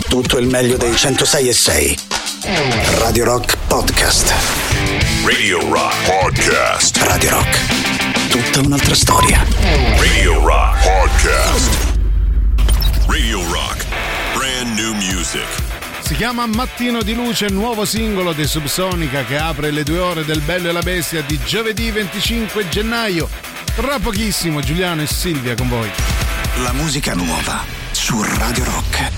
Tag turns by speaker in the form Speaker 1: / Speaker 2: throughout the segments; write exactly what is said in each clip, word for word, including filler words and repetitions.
Speaker 1: tutto il meglio dei centosei e sei. Radio Rock Podcast.
Speaker 2: Radio Rock Podcast.
Speaker 1: Radio Rock. Tutta un'altra storia.
Speaker 2: Radio Rock Podcast. Radio Rock. Brand new music.
Speaker 3: Si chiama Mattino di Luce, nuovo singolo dei Subsonica che apre le due ore del Bello e la Bestia di giovedì venticinque gennaio. Tra pochissimo Giuliano e Silvia con voi.
Speaker 1: La musica nuova su Radio Rock.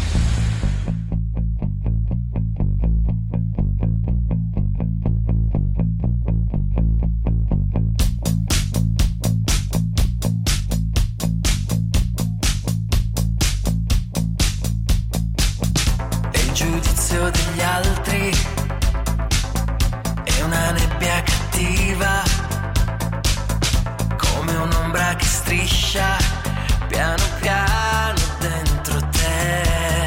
Speaker 4: Degli altri è una nebbia cattiva, come un'ombra che striscia piano piano dentro te.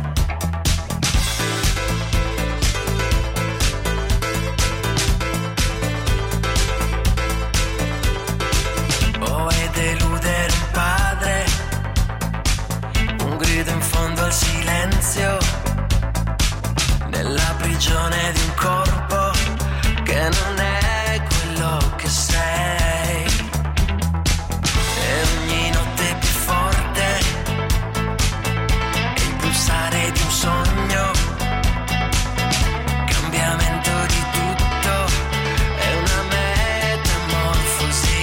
Speaker 4: Oh, e deludere un padre, un grido in fondo al silenzio, nella prigione di un corpo che non è quello che sei. E ogni notte più forte è il pulsare di un sogno, cambiamento di tutto, è una metamorfosi.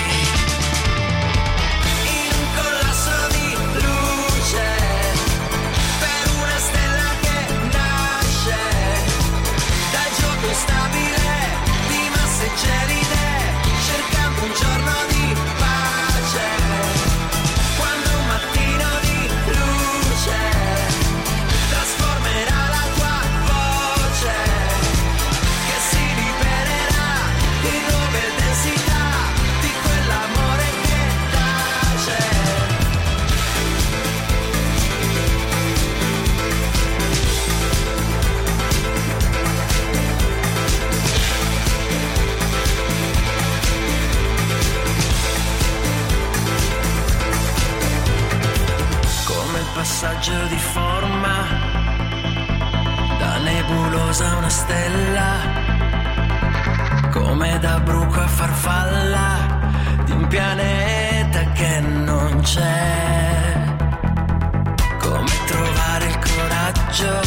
Speaker 4: In un collasso di luce, per una stella che nasce dal gioco instabile di masse gelide, cercando un giorno di pace, quando un mattino di luce trasformerà la tua voce, che si libererà in nuove densità di quell'amore che tace. Come il passaggio di forma da nebulosa a una stella, come da bruco a farfalla di un pianeta che non c'è. Come trovare il coraggio,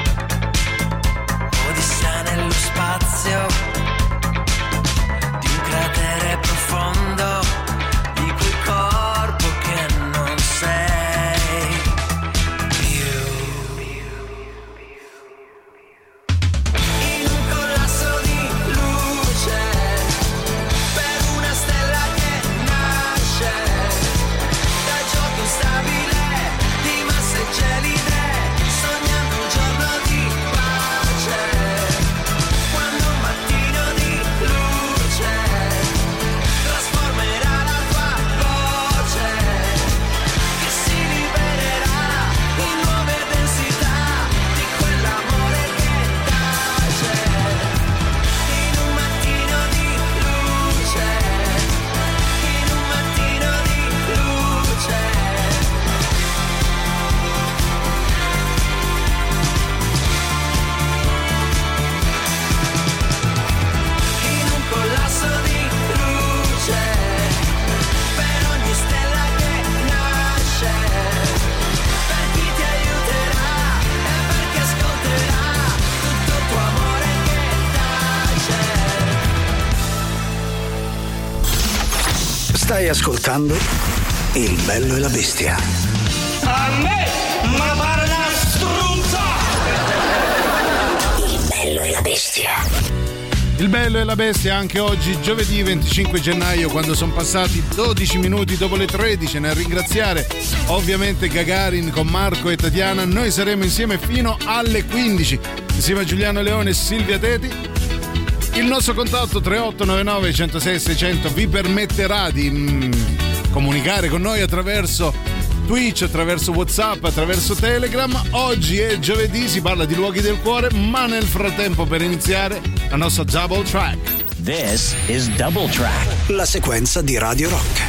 Speaker 4: odissea nello spazio di un cratere profondo, di quel corpo che non sei più. In un collasso di luce, per una stella che nasce dal gioco instabile di masse gelide, sognando un giorno di pace, quando un mattino di luce trasformerà la tua voce, che si libererà in nuove densità di quell'amore che tace. In un mattino di luce, in un mattino di luce. In un collasso di luce, per ogni stella che nasce, per chi ti aiuterà e perché ascolterà tutto il tuo amore che tace.
Speaker 1: Stai ascoltando Il Bello e la Bestia.
Speaker 5: A me, ma pare una struzza!
Speaker 1: Il Bello e la Bestia.
Speaker 3: Il Bello e la Bestia anche oggi, giovedì venticinque gennaio, quando sono passati dodici minuti dopo le tredici. Nel ringraziare ovviamente Gagarin con Marco e Tatiana, noi saremo insieme fino alle quindici, insieme a Giuliano Leone e Silvia Teti. Il nostro contatto tre otto nove nove uno zero sei sei zero zero vi permetterà di mm, comunicare con noi attraverso Twitch, attraverso WhatsApp, attraverso Telegram. Oggi è giovedì, si parla di luoghi del cuore, ma nel frattempo, per iniziare, la nostra Double Track.
Speaker 6: This is Double Track.
Speaker 1: La sequenza di Radio Rock.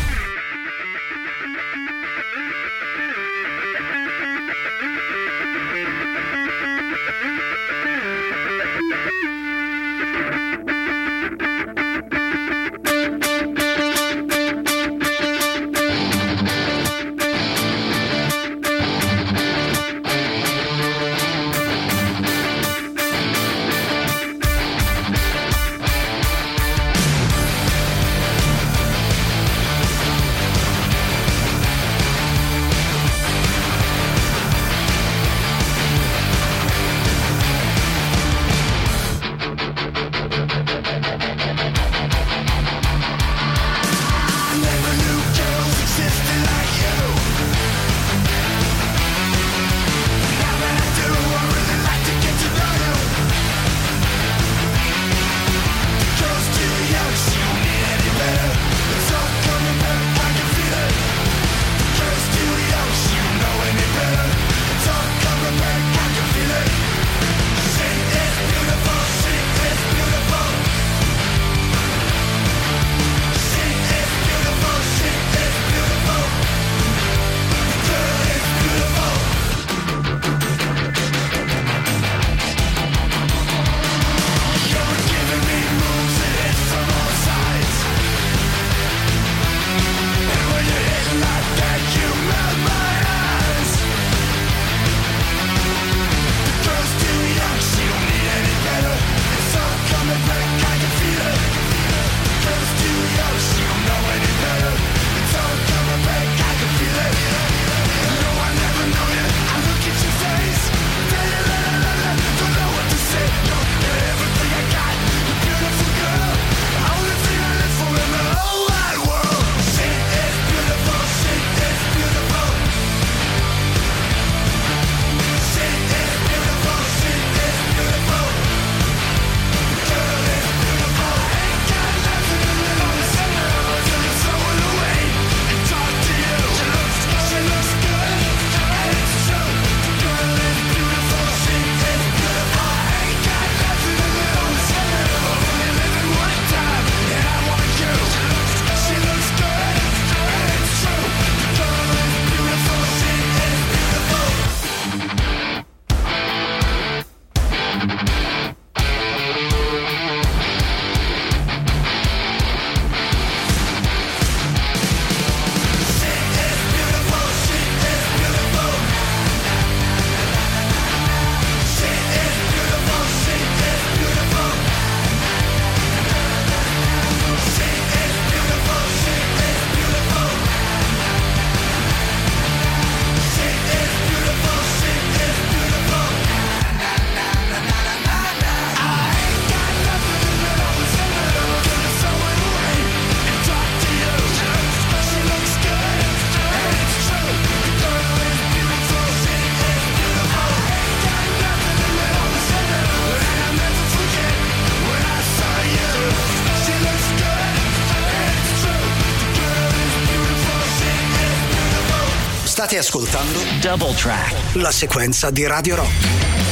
Speaker 1: State ascoltando
Speaker 6: Double Track.
Speaker 1: la sequenza di Radio Rock.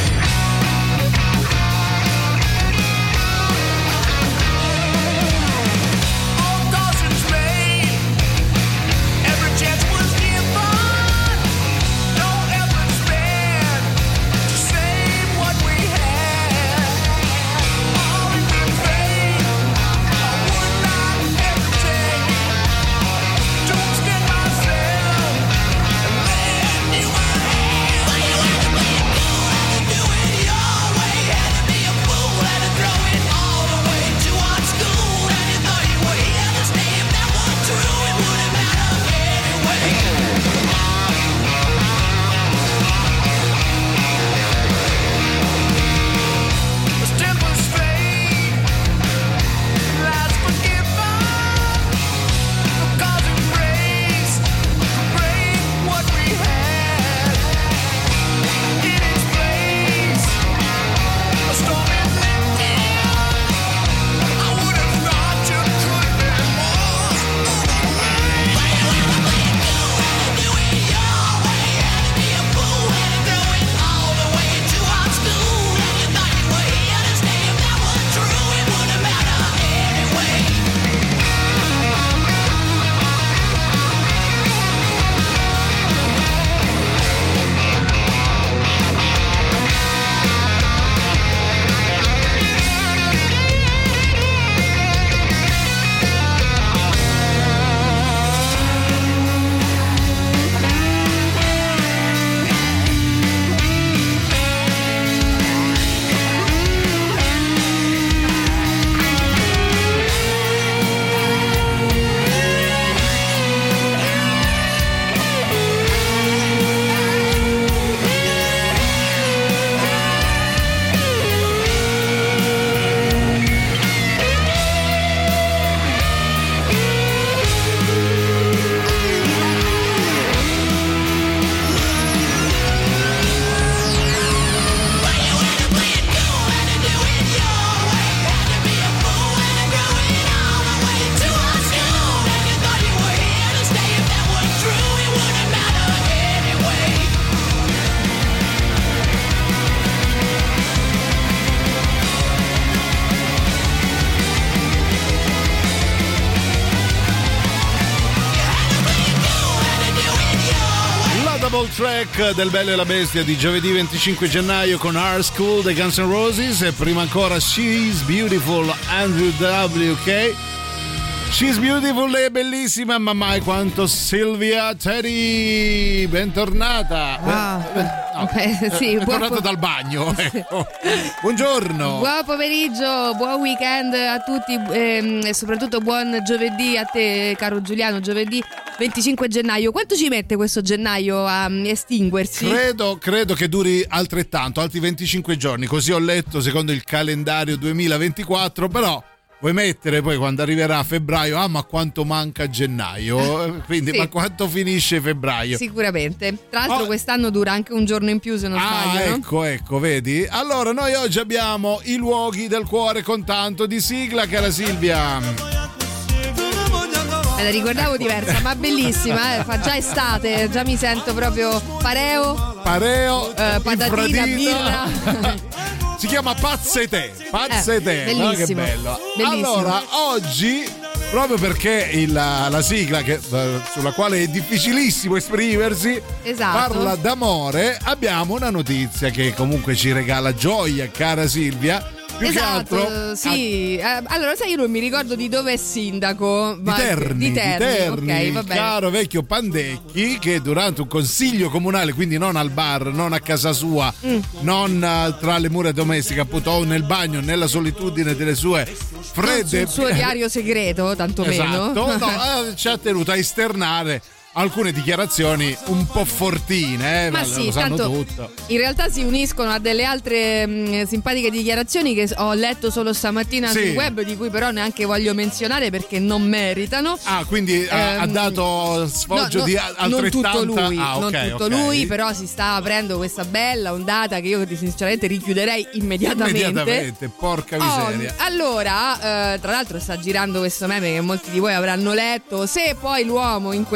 Speaker 3: Track del Bello e la Bestia di giovedì venticinque gennaio con Art School dei Guns N' Roses e prima ancora She's Beautiful, Andrew W K. She's Beautiful è bellissima, ma mai quanto Silvia Teddy, bentornata.
Speaker 7: Ah,
Speaker 3: no,
Speaker 7: beh, sì,
Speaker 3: è
Speaker 7: buon
Speaker 3: tornata
Speaker 7: po-
Speaker 3: dal bagno, ecco. Buongiorno.
Speaker 7: Buon pomeriggio, buon weekend a tutti ehm, e soprattutto buon giovedì a te, caro Giuliano. Giovedì venticinque gennaio. Quanto ci mette questo gennaio a um, estinguersi?
Speaker 3: Credo, credo che duri altrettanto, altri venticinque giorni, così ho letto secondo il calendario duemilaventiquattro, però vuoi mettere poi quando arriverà febbraio, ah ma quanto manca gennaio, quindi
Speaker 7: Sì.
Speaker 3: ma quanto finisce febbraio?
Speaker 7: Sicuramente. Tra l'altro
Speaker 3: Oh.
Speaker 7: quest'anno dura anche un giorno in più, se non
Speaker 3: Ah,
Speaker 7: sbaglio, no?
Speaker 3: ecco, ecco, vedi? Allora, noi oggi abbiamo i luoghi del cuore con tanto di sigla, cara Silvia.
Speaker 7: Me la ricordavo diversa, ma bellissima, eh? Fa già estate, già mi sento proprio pareo,
Speaker 3: Pareo,
Speaker 7: eh, patatina,
Speaker 3: infradito.
Speaker 7: birra.
Speaker 3: Si chiama Pazze te, Pazze
Speaker 7: Eh,
Speaker 3: te, no? Che
Speaker 7: bellissimo,
Speaker 3: bello.
Speaker 7: bellissimo.
Speaker 3: Allora, oggi, proprio perché il, la sigla che, sulla quale è difficilissimo esprimersi,
Speaker 7: Esatto.
Speaker 3: parla d'amore, abbiamo una notizia che comunque ci regala gioia, cara Silvia. Più
Speaker 7: Esatto,
Speaker 3: che altro,
Speaker 7: sì. Eh, allora, sai, io non mi ricordo di dove è sindaco.
Speaker 3: Di
Speaker 7: ma-
Speaker 3: Terni,
Speaker 7: di Terni,
Speaker 3: di Terni,
Speaker 7: ok,
Speaker 3: il
Speaker 7: va bene.
Speaker 3: caro vecchio Pandecchi, che durante un consiglio comunale, quindi non al bar, non a casa sua,
Speaker 7: Mm.
Speaker 3: non eh, tra le mura domestiche, appunto, o nel bagno, nella solitudine delle sue fredde.
Speaker 7: Il suo diario segreto, tantomeno.
Speaker 3: Esatto, no, eh, ci ha tenuto a esternare alcune dichiarazioni un po' fortine, eh,
Speaker 7: Ma
Speaker 3: lo
Speaker 7: sì,
Speaker 3: sanno
Speaker 7: tanto
Speaker 3: tutto.
Speaker 7: in realtà si uniscono a delle altre mh, simpatiche dichiarazioni che ho letto solo stamattina
Speaker 3: Sì.
Speaker 7: sul web, di cui però neanche voglio menzionare perché non meritano.
Speaker 3: Ah, quindi ha- ha
Speaker 7: Ehm,
Speaker 3: dato sfoggio
Speaker 7: no,
Speaker 3: di
Speaker 7: no,
Speaker 3: altrettanta...
Speaker 7: Non tutto lui,
Speaker 3: ah, ok,
Speaker 7: non tutto
Speaker 3: ok.
Speaker 7: lui, però si sta aprendo questa bella ondata che io sinceramente richiuderei immediatamente.
Speaker 3: Immediatamente, porca miseria.
Speaker 7: Oh, allora, eh, tra l'altro sta girando questo meme che molti di voi avranno letto. Se poi l'uomo in questione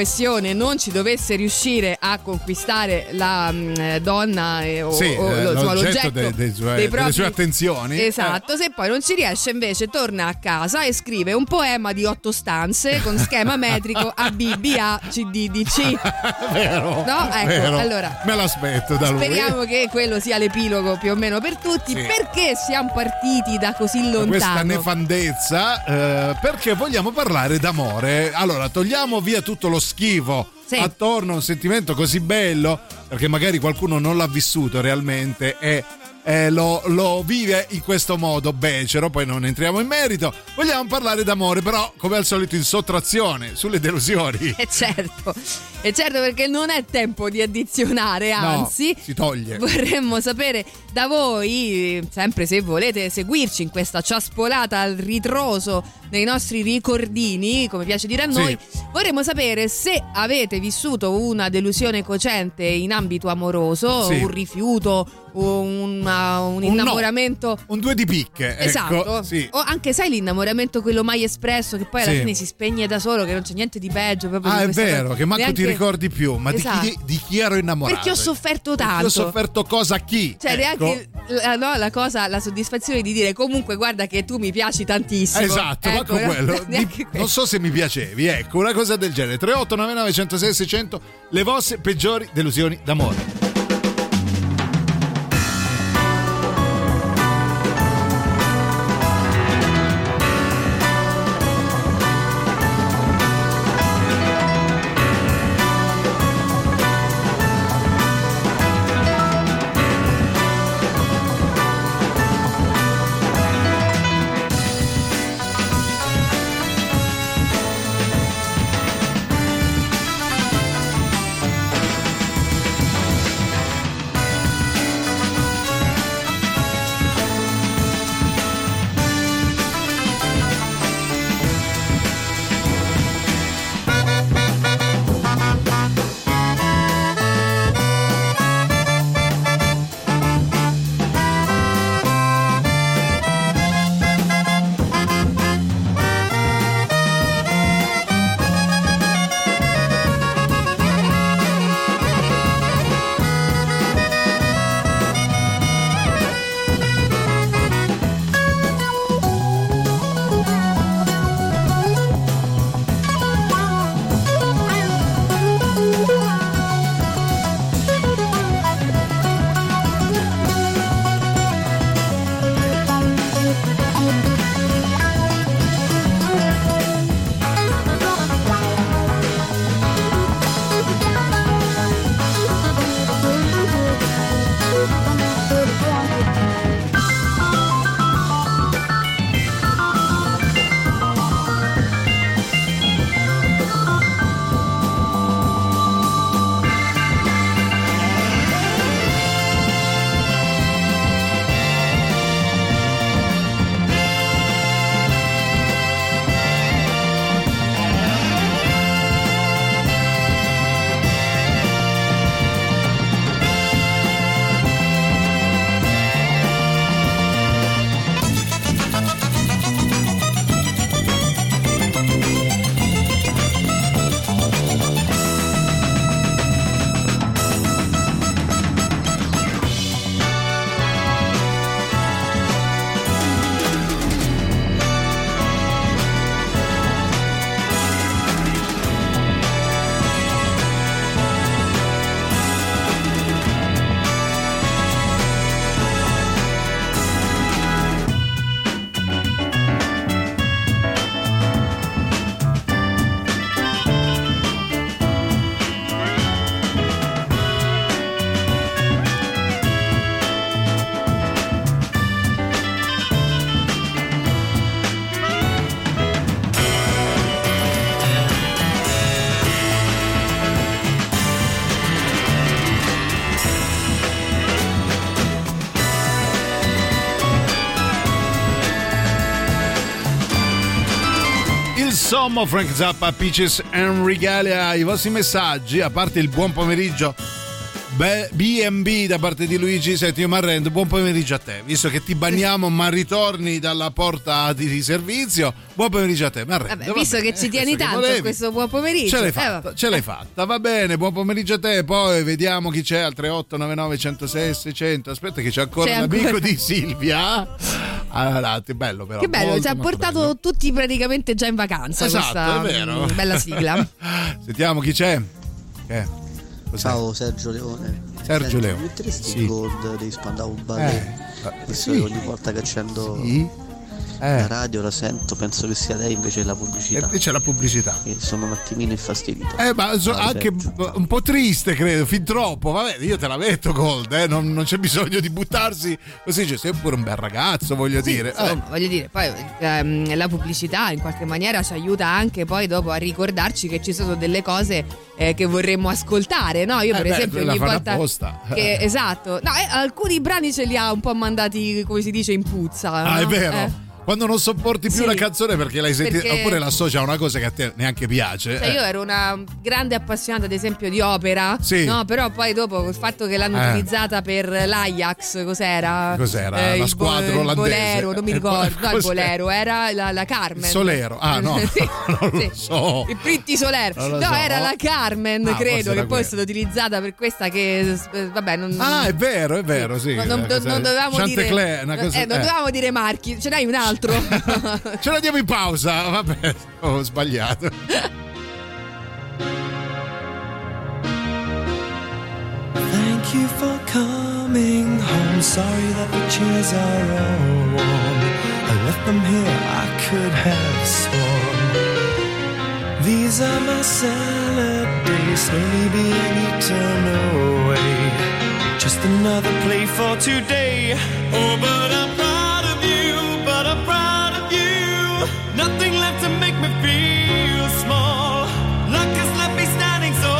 Speaker 7: persone non ci dovesse riuscire a conquistare la mh, donna eh, o,
Speaker 3: sì,
Speaker 7: o
Speaker 3: eh,
Speaker 7: lo, insomma,
Speaker 3: l'oggetto
Speaker 7: l'oggetto
Speaker 3: dei, dei suoi,
Speaker 7: dei propri,
Speaker 3: delle sue attenzioni,
Speaker 7: esatto,
Speaker 3: eh.
Speaker 7: se poi non ci riesce invece torna a casa e scrive un poema di otto stanze con schema metrico A B B A C D D C.
Speaker 3: Vero,
Speaker 7: no? Ecco,
Speaker 3: vero.
Speaker 7: allora
Speaker 3: me l'aspetto da lui.
Speaker 7: speriamo che quello sia l'epilogo più o meno per tutti.
Speaker 3: Sì.
Speaker 7: Perché siamo partiti da così lontano?
Speaker 3: Questa nefandezza eh, perché vogliamo parlare d'amore. Allora togliamo via tutto lo schifo
Speaker 7: Sì.
Speaker 3: attorno a un sentimento così bello, perché magari qualcuno non l'ha vissuto realmente e eh, lo, lo vive in questo modo becero. Poi non entriamo in merito. Vogliamo parlare d'amore, però come al solito in sottrazione, sulle delusioni.
Speaker 7: E certo, e certo, perché non è tempo di addizionare, anzi
Speaker 3: no, si toglie.
Speaker 7: Vorremmo sapere da voi, sempre se volete seguirci in questa ciaspolata al ritroso dei nostri ricordini, come piace dire a noi,
Speaker 3: sì.
Speaker 7: vorremmo sapere se avete vissuto una delusione cocente in ambito amoroso,
Speaker 3: sì.
Speaker 7: un rifiuto, un, un innamoramento,
Speaker 3: un, no, un due di picche,
Speaker 7: esatto,
Speaker 3: ecco, sì.
Speaker 7: o anche sai l'innamoramento quello mai espresso che poi alla
Speaker 3: sì.
Speaker 7: fine si spegne da solo, che non c'è niente di peggio proprio
Speaker 3: ah
Speaker 7: di
Speaker 3: è
Speaker 7: questa
Speaker 3: vero
Speaker 7: cosa.
Speaker 3: che manco
Speaker 7: Neanche...
Speaker 3: ti ricordi più, ma
Speaker 7: esatto.
Speaker 3: di, chi, di chi ero innamorato,
Speaker 7: perché ho sofferto
Speaker 3: perché
Speaker 7: tanto,
Speaker 3: ho sofferto cosa, chi,
Speaker 7: cioè
Speaker 3: ecco.
Speaker 7: neanche la, no, la cosa, la soddisfazione di dire comunque guarda che tu mi piaci tantissimo,
Speaker 3: esatto,
Speaker 7: ecco,
Speaker 3: manco quello di,
Speaker 7: quello.
Speaker 3: non so se mi piacevi, ecco, una cosa del genere. Tre otto nove nove uno zero sei sei zero zero, le vostre peggiori delusioni d'amore. Sommo, Frank Zappa, Peaches and Regalia. I vostri messaggi, a parte il buon pomeriggio Beh, B and B da parte di Luigi. Senti, io mi arrendo, buon pomeriggio a te, visto che ti banniamo ma ritorni dalla porta di servizio. Buon pomeriggio a te, mi arrendo.
Speaker 7: Vabbè, visto
Speaker 3: bene,
Speaker 7: che ci tieni
Speaker 3: questo che
Speaker 7: tanto
Speaker 3: volevi.
Speaker 7: questo buon pomeriggio.
Speaker 3: Ce l'hai
Speaker 7: Eh,
Speaker 3: fatta,
Speaker 7: vabbè.
Speaker 3: ce l'hai fatta, va bene, buon pomeriggio a te. Poi vediamo chi c'è al tre otto nove nove uno zero sei sei zero zero. Aspetta che c'è ancora
Speaker 7: C'è
Speaker 3: l'amico
Speaker 7: ancora.
Speaker 3: di Silvia. Allora, che bello però.
Speaker 7: Che bello,
Speaker 3: molto,
Speaker 7: ci ha
Speaker 3: molto
Speaker 7: portato
Speaker 3: bello.
Speaker 7: tutti praticamente già in vacanza.
Speaker 3: Esatto,
Speaker 7: questa
Speaker 3: è vero.
Speaker 7: mm, bella sigla.
Speaker 3: Sentiamo chi c'è. Che? Cos'è?
Speaker 8: Ciao Sergio Leone.
Speaker 3: Sergio
Speaker 8: Senti,
Speaker 3: Leone.
Speaker 8: metteresti
Speaker 3: Sì.
Speaker 8: il gold dei Spandau Ballet?
Speaker 3: Eh,
Speaker 8: Visto
Speaker 3: sì.
Speaker 8: che ogni volta che accendo
Speaker 3: Sì.
Speaker 8: la
Speaker 3: Eh.
Speaker 8: radio la sento, penso che sia lei invece della pubblicità.
Speaker 3: E c'è la pubblicità.
Speaker 8: E sono un attimino infastidito.
Speaker 3: Eh, ma so-
Speaker 8: Ciao,
Speaker 3: anche
Speaker 8: Sergio.
Speaker 3: un po' triste, credo, fin troppo. Vabbè, io te la metto, Gold, eh? non, non c'è bisogno di buttarsi così. Cioè, sei pure un bel ragazzo, voglio
Speaker 7: Sì,
Speaker 3: dire.
Speaker 7: insomma, voglio dire, poi ehm, la pubblicità in qualche maniera ci aiuta anche poi dopo a ricordarci che ci sono delle cose eh, che vorremmo ascoltare, no? Io
Speaker 3: Eh
Speaker 7: per
Speaker 3: beh,
Speaker 7: esempio
Speaker 3: la
Speaker 7: ogni
Speaker 3: fanno
Speaker 7: volta
Speaker 3: apposta.
Speaker 7: che, esatto, no, eh, alcuni brani ce li ha un po' mandati, come si dice, in puzza.
Speaker 3: Ah,
Speaker 7: no?
Speaker 3: è vero.
Speaker 7: Eh.
Speaker 3: Quando non sopporti più
Speaker 7: Sì.
Speaker 3: una canzone perché l'hai sentita,
Speaker 7: Perché-
Speaker 3: oppure l'associa a una cosa che a te neanche piace.
Speaker 7: Cioè,
Speaker 3: eh.
Speaker 7: io ero una grande appassionata, ad esempio, di opera.
Speaker 3: Sì.
Speaker 7: No, però poi dopo il fatto che l'hanno
Speaker 3: Eh.
Speaker 7: utilizzata per l'Ajax, cos'era?
Speaker 3: Cos'era?
Speaker 7: Eh,
Speaker 3: La
Speaker 7: il
Speaker 3: squadra
Speaker 7: bo-
Speaker 3: olandese.
Speaker 7: Il bolero, non mi
Speaker 3: Eh,
Speaker 7: ricordo. No, il
Speaker 3: cos'era?
Speaker 7: bolero, era la, la Carmen.
Speaker 3: Il Solero. Ah, no,
Speaker 7: Sì,
Speaker 3: non lo
Speaker 7: sì.
Speaker 3: so.
Speaker 7: Il Pretty Solero.
Speaker 3: Non lo
Speaker 7: No,
Speaker 3: so.
Speaker 7: era la Carmen,
Speaker 3: Ah, forse
Speaker 7: credo,
Speaker 3: era
Speaker 7: che poi è
Speaker 3: quello.
Speaker 7: stata utilizzata per questa che. eh, Vabbè, non.
Speaker 3: Ah, è vero, è vero, sì.
Speaker 7: Non, non-
Speaker 3: Una cosa-
Speaker 7: non dovevamo dire.
Speaker 3: Chantecler, una cosa-
Speaker 7: eh, non
Speaker 3: eh.
Speaker 7: dovevamo dire marchi. Ce n'hai un altro?
Speaker 3: Ce la diamo in pausa, vabbè, ho sbagliato.
Speaker 4: Thank you for coming home. Sorry that the chairs are all warm. I left them here, I could have sworn. These are my salad days, slowly being eaten away. Just another play for today. Oh, but I'm proud of you, but I'm proud of you. Nothing left to make me feel small. Luck has left me standing so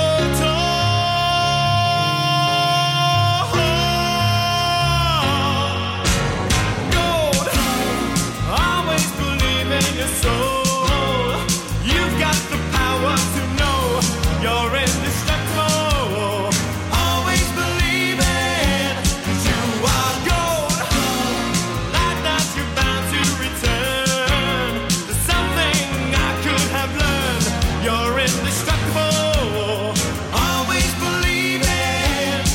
Speaker 4: tall. Gold, always believe in your soul. You've got the power to know you're indestructible. Always believe it, 'cause you are gold. Like that you're bound to return. There's something I could have learned. You're indestructible. Always believe it.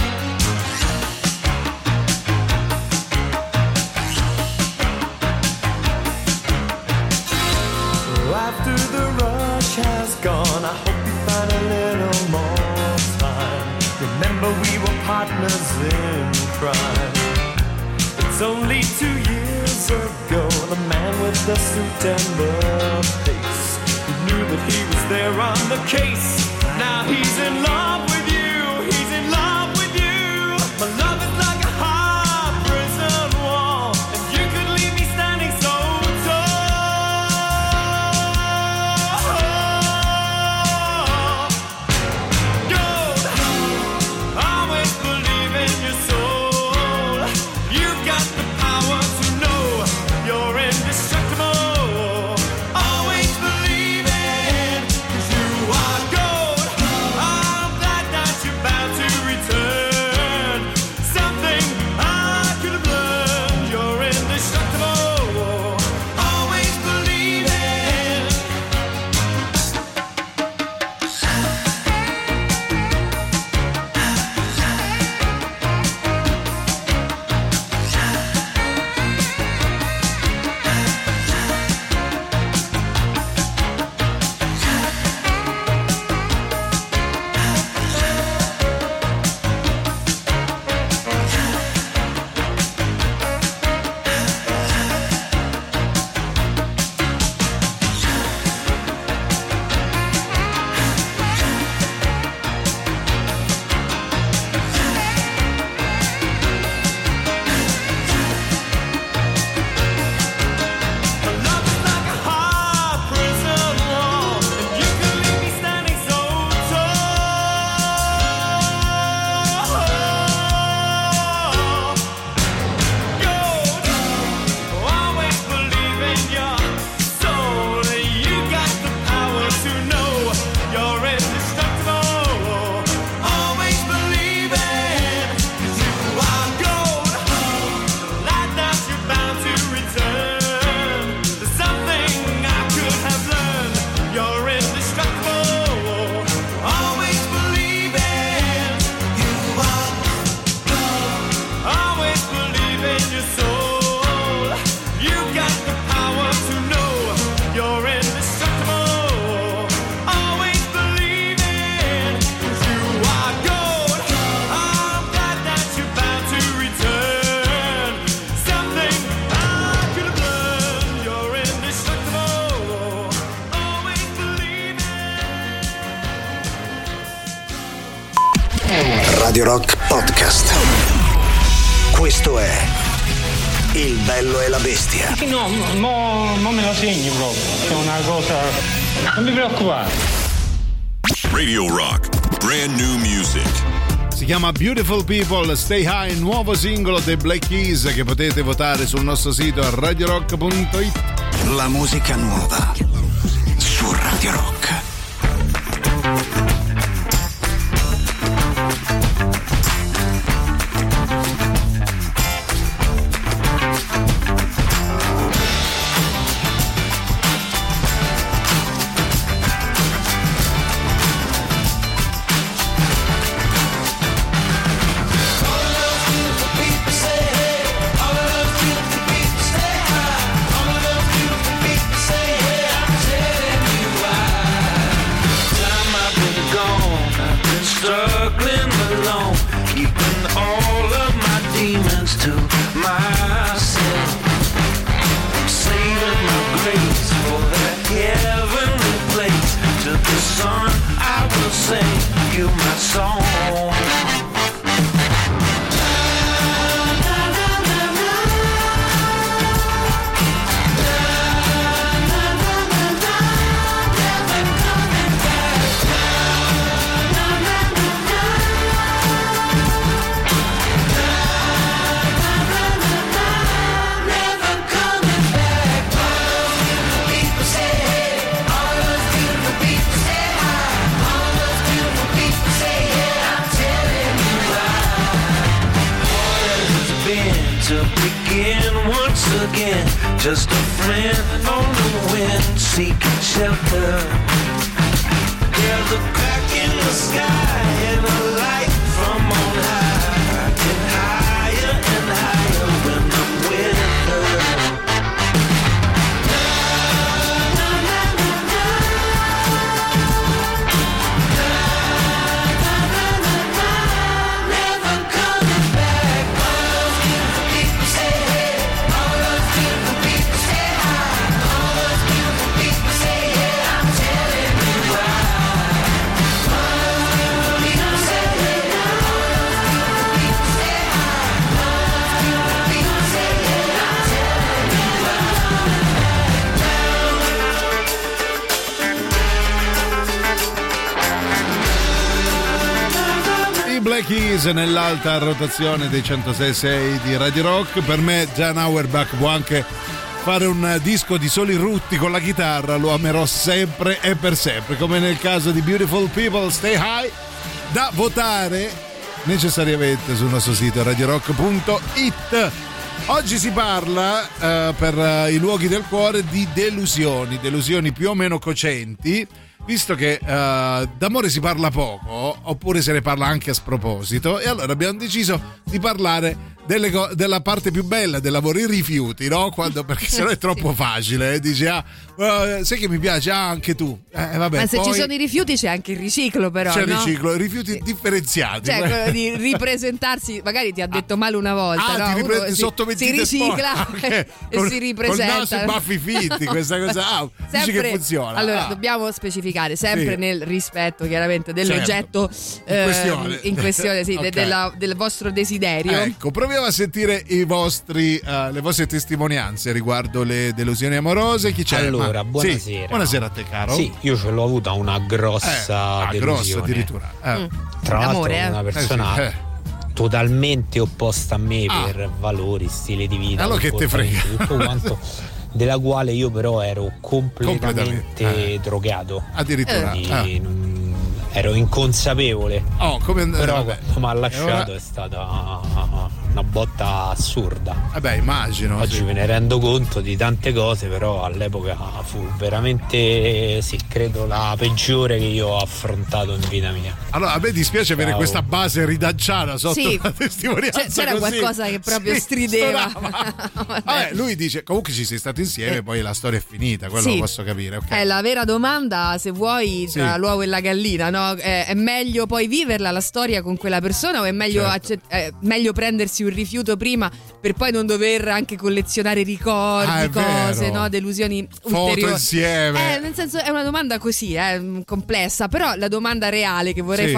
Speaker 4: After the rush has gone, I hope you find a little more time. Remember we were partners in crime. It's only two years ago, the man with the suit and the face, who knew that he was there on the case. Now he's in love with you, he's in love with you. My love is like a hard prison wall, and you could leave me standing so tall. Gold, always believe in your soul. You've got the power to know you're indestructible. Always believe it, 'cause you are gold. I'm glad that
Speaker 1: Radio Rock Podcast. Questo è Il bello e la bestia.
Speaker 5: No, mo, mo me lo segni proprio. È una cosa. Non mi preoccupare.
Speaker 2: Radio Rock, brand new music.
Speaker 3: Si chiama Beautiful People, Stay High, nuovo singolo dei Black Keys che potete votare sul nostro sito radio rock punto it.
Speaker 1: La musica nuova su Radio Rock.
Speaker 4: Just a friend on the wind, seeking shelter. There's a crack in the sky and a light from on high, getting higher and higher when I'm with her. Never coming back. All those beautiful people say hey. All those beautiful people say hi. All those beautiful people say yeah. I'm telling you why. All those beautiful people say hey. All those beautiful people say hi. All those beautiful people say yeah. I'm telling you why.
Speaker 3: I Black Keys nell'alta rotazione dei centosei virgola sei di Radio Rock. Per me Jan Auerbach può anche fare un disco di soli rutti con la chitarra, lo amerò sempre e per sempre, come nel caso di Beautiful People Stay High, da votare necessariamente sul nostro sito radio rock punto it. Oggi si parla eh, per eh, i luoghi del cuore di delusioni, delusioni più o meno cocenti, visto che eh, d'amore si parla poco, oppure se ne parla anche a sproposito, e allora abbiamo deciso di parlare delle co- della parte più bella del lavoro, i rifiuti, no? Quando, perché sennò è troppo facile, eh? Dici ah, uh, sai che mi piace, ah, anche tu, eh, vabbè,
Speaker 7: ma se
Speaker 3: poi
Speaker 7: ci sono i rifiuti c'è anche il riciclo, però
Speaker 3: c'è il
Speaker 7: no?
Speaker 3: riciclo, rifiuti
Speaker 7: Sì.
Speaker 3: differenziati,
Speaker 7: Cioè quello di ripresentarsi, magari ti ha detto male una volta,
Speaker 3: ah,
Speaker 7: no?
Speaker 3: ti riprendi
Speaker 7: Uno si,
Speaker 3: sotto
Speaker 7: si
Speaker 3: vestiti
Speaker 7: ricicla
Speaker 3: sporchi.
Speaker 7: e
Speaker 3: Con-
Speaker 7: si ripresenta.
Speaker 3: Col naso e baffi finti, questa cosa ah, dici
Speaker 7: Sempre,
Speaker 3: che funziona.
Speaker 7: allora
Speaker 3: ah.
Speaker 7: dobbiamo specificare sempre
Speaker 3: Sì.
Speaker 7: nel rispetto chiaramente dell'oggetto
Speaker 3: Certo. In questione.
Speaker 7: eh, in questione, sì,
Speaker 3: Ok.
Speaker 7: de- della- del vostro desiderio.
Speaker 3: Ecco, proviamo a sentire i vostri, uh, le vostre testimonianze riguardo le delusioni amorose. Chi c'è?
Speaker 9: Allora,
Speaker 3: Ma-
Speaker 9: buonasera.
Speaker 3: Sì, buonasera a te, caro.
Speaker 9: Sì, io ce l'ho avuta una grossa
Speaker 3: Eh, ah,
Speaker 9: delusione.
Speaker 3: grossa addirittura. Eh.
Speaker 7: Mm.
Speaker 9: Tra l'altro
Speaker 7: Amore, eh.
Speaker 9: una
Speaker 3: Eh,
Speaker 9: persona
Speaker 3: sì, eh.
Speaker 9: totalmente opposta a me
Speaker 3: Ah.
Speaker 9: per valori, stile di vita,
Speaker 3: Allora che te
Speaker 9: comportamenti,
Speaker 3: frega.
Speaker 9: tutto quanto, della quale io però ero completamente
Speaker 3: Completamente, eh.
Speaker 9: drogato.
Speaker 3: Addirittura.
Speaker 9: Quindi
Speaker 3: eh.
Speaker 9: non- ero inconsapevole.
Speaker 3: Oh, come and-
Speaker 9: Però
Speaker 3: vabbè.
Speaker 9: quando mi ha lasciato
Speaker 3: E
Speaker 9: è stata una botta assurda.
Speaker 3: Vabbè, immagino.
Speaker 9: Oggi
Speaker 3: sì.
Speaker 9: me ne rendo conto di tante cose, però all'epoca fu veramente, sì, credo la peggiore che io ho affrontato in vita mia.
Speaker 3: Allora, a me dispiace avere
Speaker 9: Ciao.
Speaker 3: questa base ridanciana sotto
Speaker 7: Sì.
Speaker 3: la testimonianza.
Speaker 7: Cioè, c'era
Speaker 3: così.
Speaker 7: qualcosa che proprio
Speaker 3: Sì,
Speaker 7: strideva.
Speaker 3: stonava.
Speaker 7: Vabbè.
Speaker 3: Vabbè, lui dice comunque ci sei stati insieme,
Speaker 7: Eh.
Speaker 3: poi la storia è finita, quello
Speaker 7: Sì.
Speaker 3: lo posso capire. Ok.
Speaker 7: È la vera domanda, se vuoi, tra
Speaker 3: Sì.
Speaker 7: l'uovo e la gallina, no? È, è meglio poi viverla la storia con quella persona o è meglio,
Speaker 3: Certo.
Speaker 7: accett- è meglio prendersi un rifiuto prima per poi non dover anche collezionare ricordi,
Speaker 3: Ah, è
Speaker 7: cose,
Speaker 3: vero.
Speaker 7: no? Delusioni
Speaker 3: Foto
Speaker 7: ulteriori.
Speaker 3: insieme.
Speaker 7: Eh, nel senso è una domanda così, eh, complessa, però la domanda reale che vorrei
Speaker 3: Sì.
Speaker 7: fare: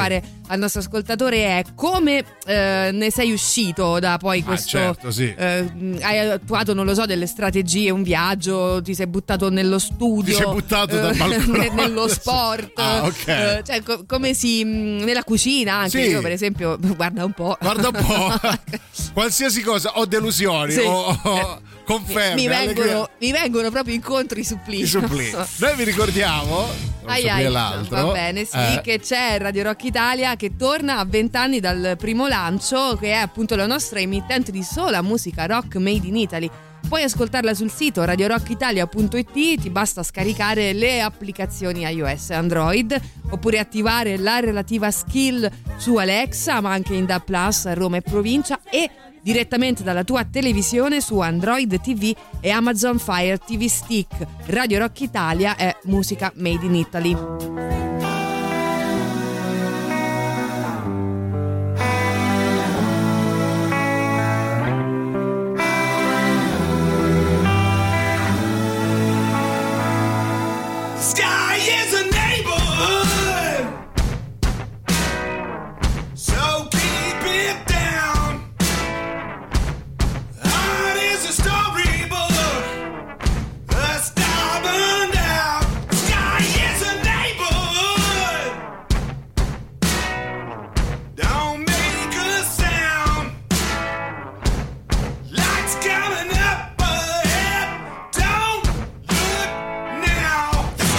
Speaker 7: al nostro ascoltatore è come eh, ne sei uscito da poi questo...
Speaker 3: Ah, certo, sì.
Speaker 7: eh, hai attuato, non lo so, delle strategie, un viaggio, ti sei buttato nello studio.
Speaker 3: Ti sei buttato dal balcone.
Speaker 7: Nello sport.
Speaker 3: Ah, ok.
Speaker 7: Eh, cioè, co- come si... nella cucina anche.
Speaker 3: Sì.
Speaker 7: Io per esempio, guarda un po'.
Speaker 3: Guarda un po'. Qualsiasi cosa, o delusioni,
Speaker 7: Sì.
Speaker 3: o, o conferme.
Speaker 7: Mi vengono,
Speaker 3: allegria-
Speaker 7: mi vengono proprio incontro i supplì.
Speaker 3: i supplì. Noi vi ricordiamo, non
Speaker 7: Ai
Speaker 3: so chi
Speaker 7: ai,
Speaker 3: è l'altro.
Speaker 7: va bene, sì,
Speaker 3: eh,
Speaker 7: che c'è Radio Rock Italia che torna a vent'anni dal primo lancio, che è appunto la nostra emittente di sola musica rock made in Italy. Puoi ascoltarla sul sito radio rock italia punto it, ti basta scaricare le applicazioni iOS e Android oppure attivare la relativa skill su Alexa, ma anche in D A B plus, Roma e provincia, e direttamente dalla tua televisione su Android T V e Amazon Fire T V Stick. Radio Rock Italia è musica made in Italy.
Speaker 4: Sky is a neighborhood, so keep it down. Heart is a storybook, a star burned out. Sky is a neighborhood, don't make a sound. Lights coming up ahead, don't look now.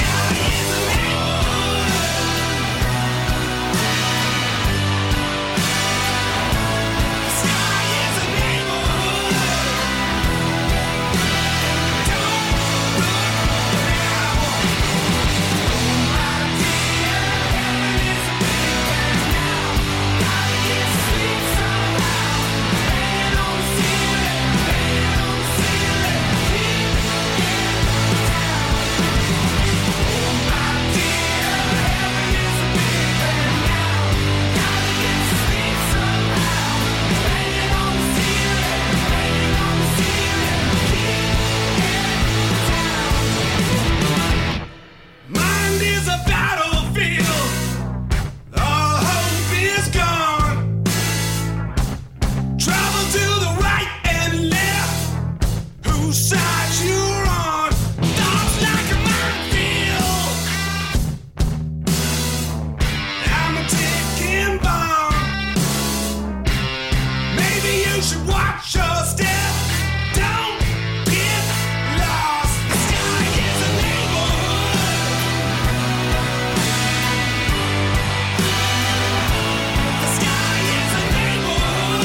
Speaker 4: Mind is a battlefield, all hope is gone. Travel to the right and left, whose side you're on. Thoughts like a minefield, I'm a ticking bomb. Maybe you should watch your step, don't get lost. The sky is a neighborhood, the sky is a neighborhood,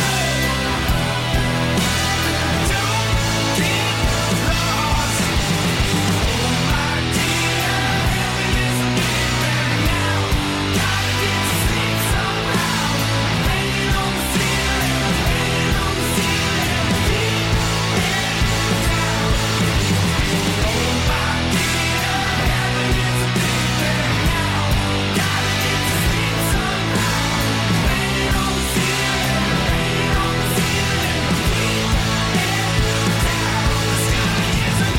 Speaker 4: don't get lost. Oh my dear, heaven is bigger now. Gotta get to sleep somehow. Hanging on the ceiling, hanging on the ceiling, keep it down. Oh my dear, heaven is bigger now. Gotta get to sleep somehow. Hanging on the ceiling, hanging on the ceiling, keep it down. The sky is a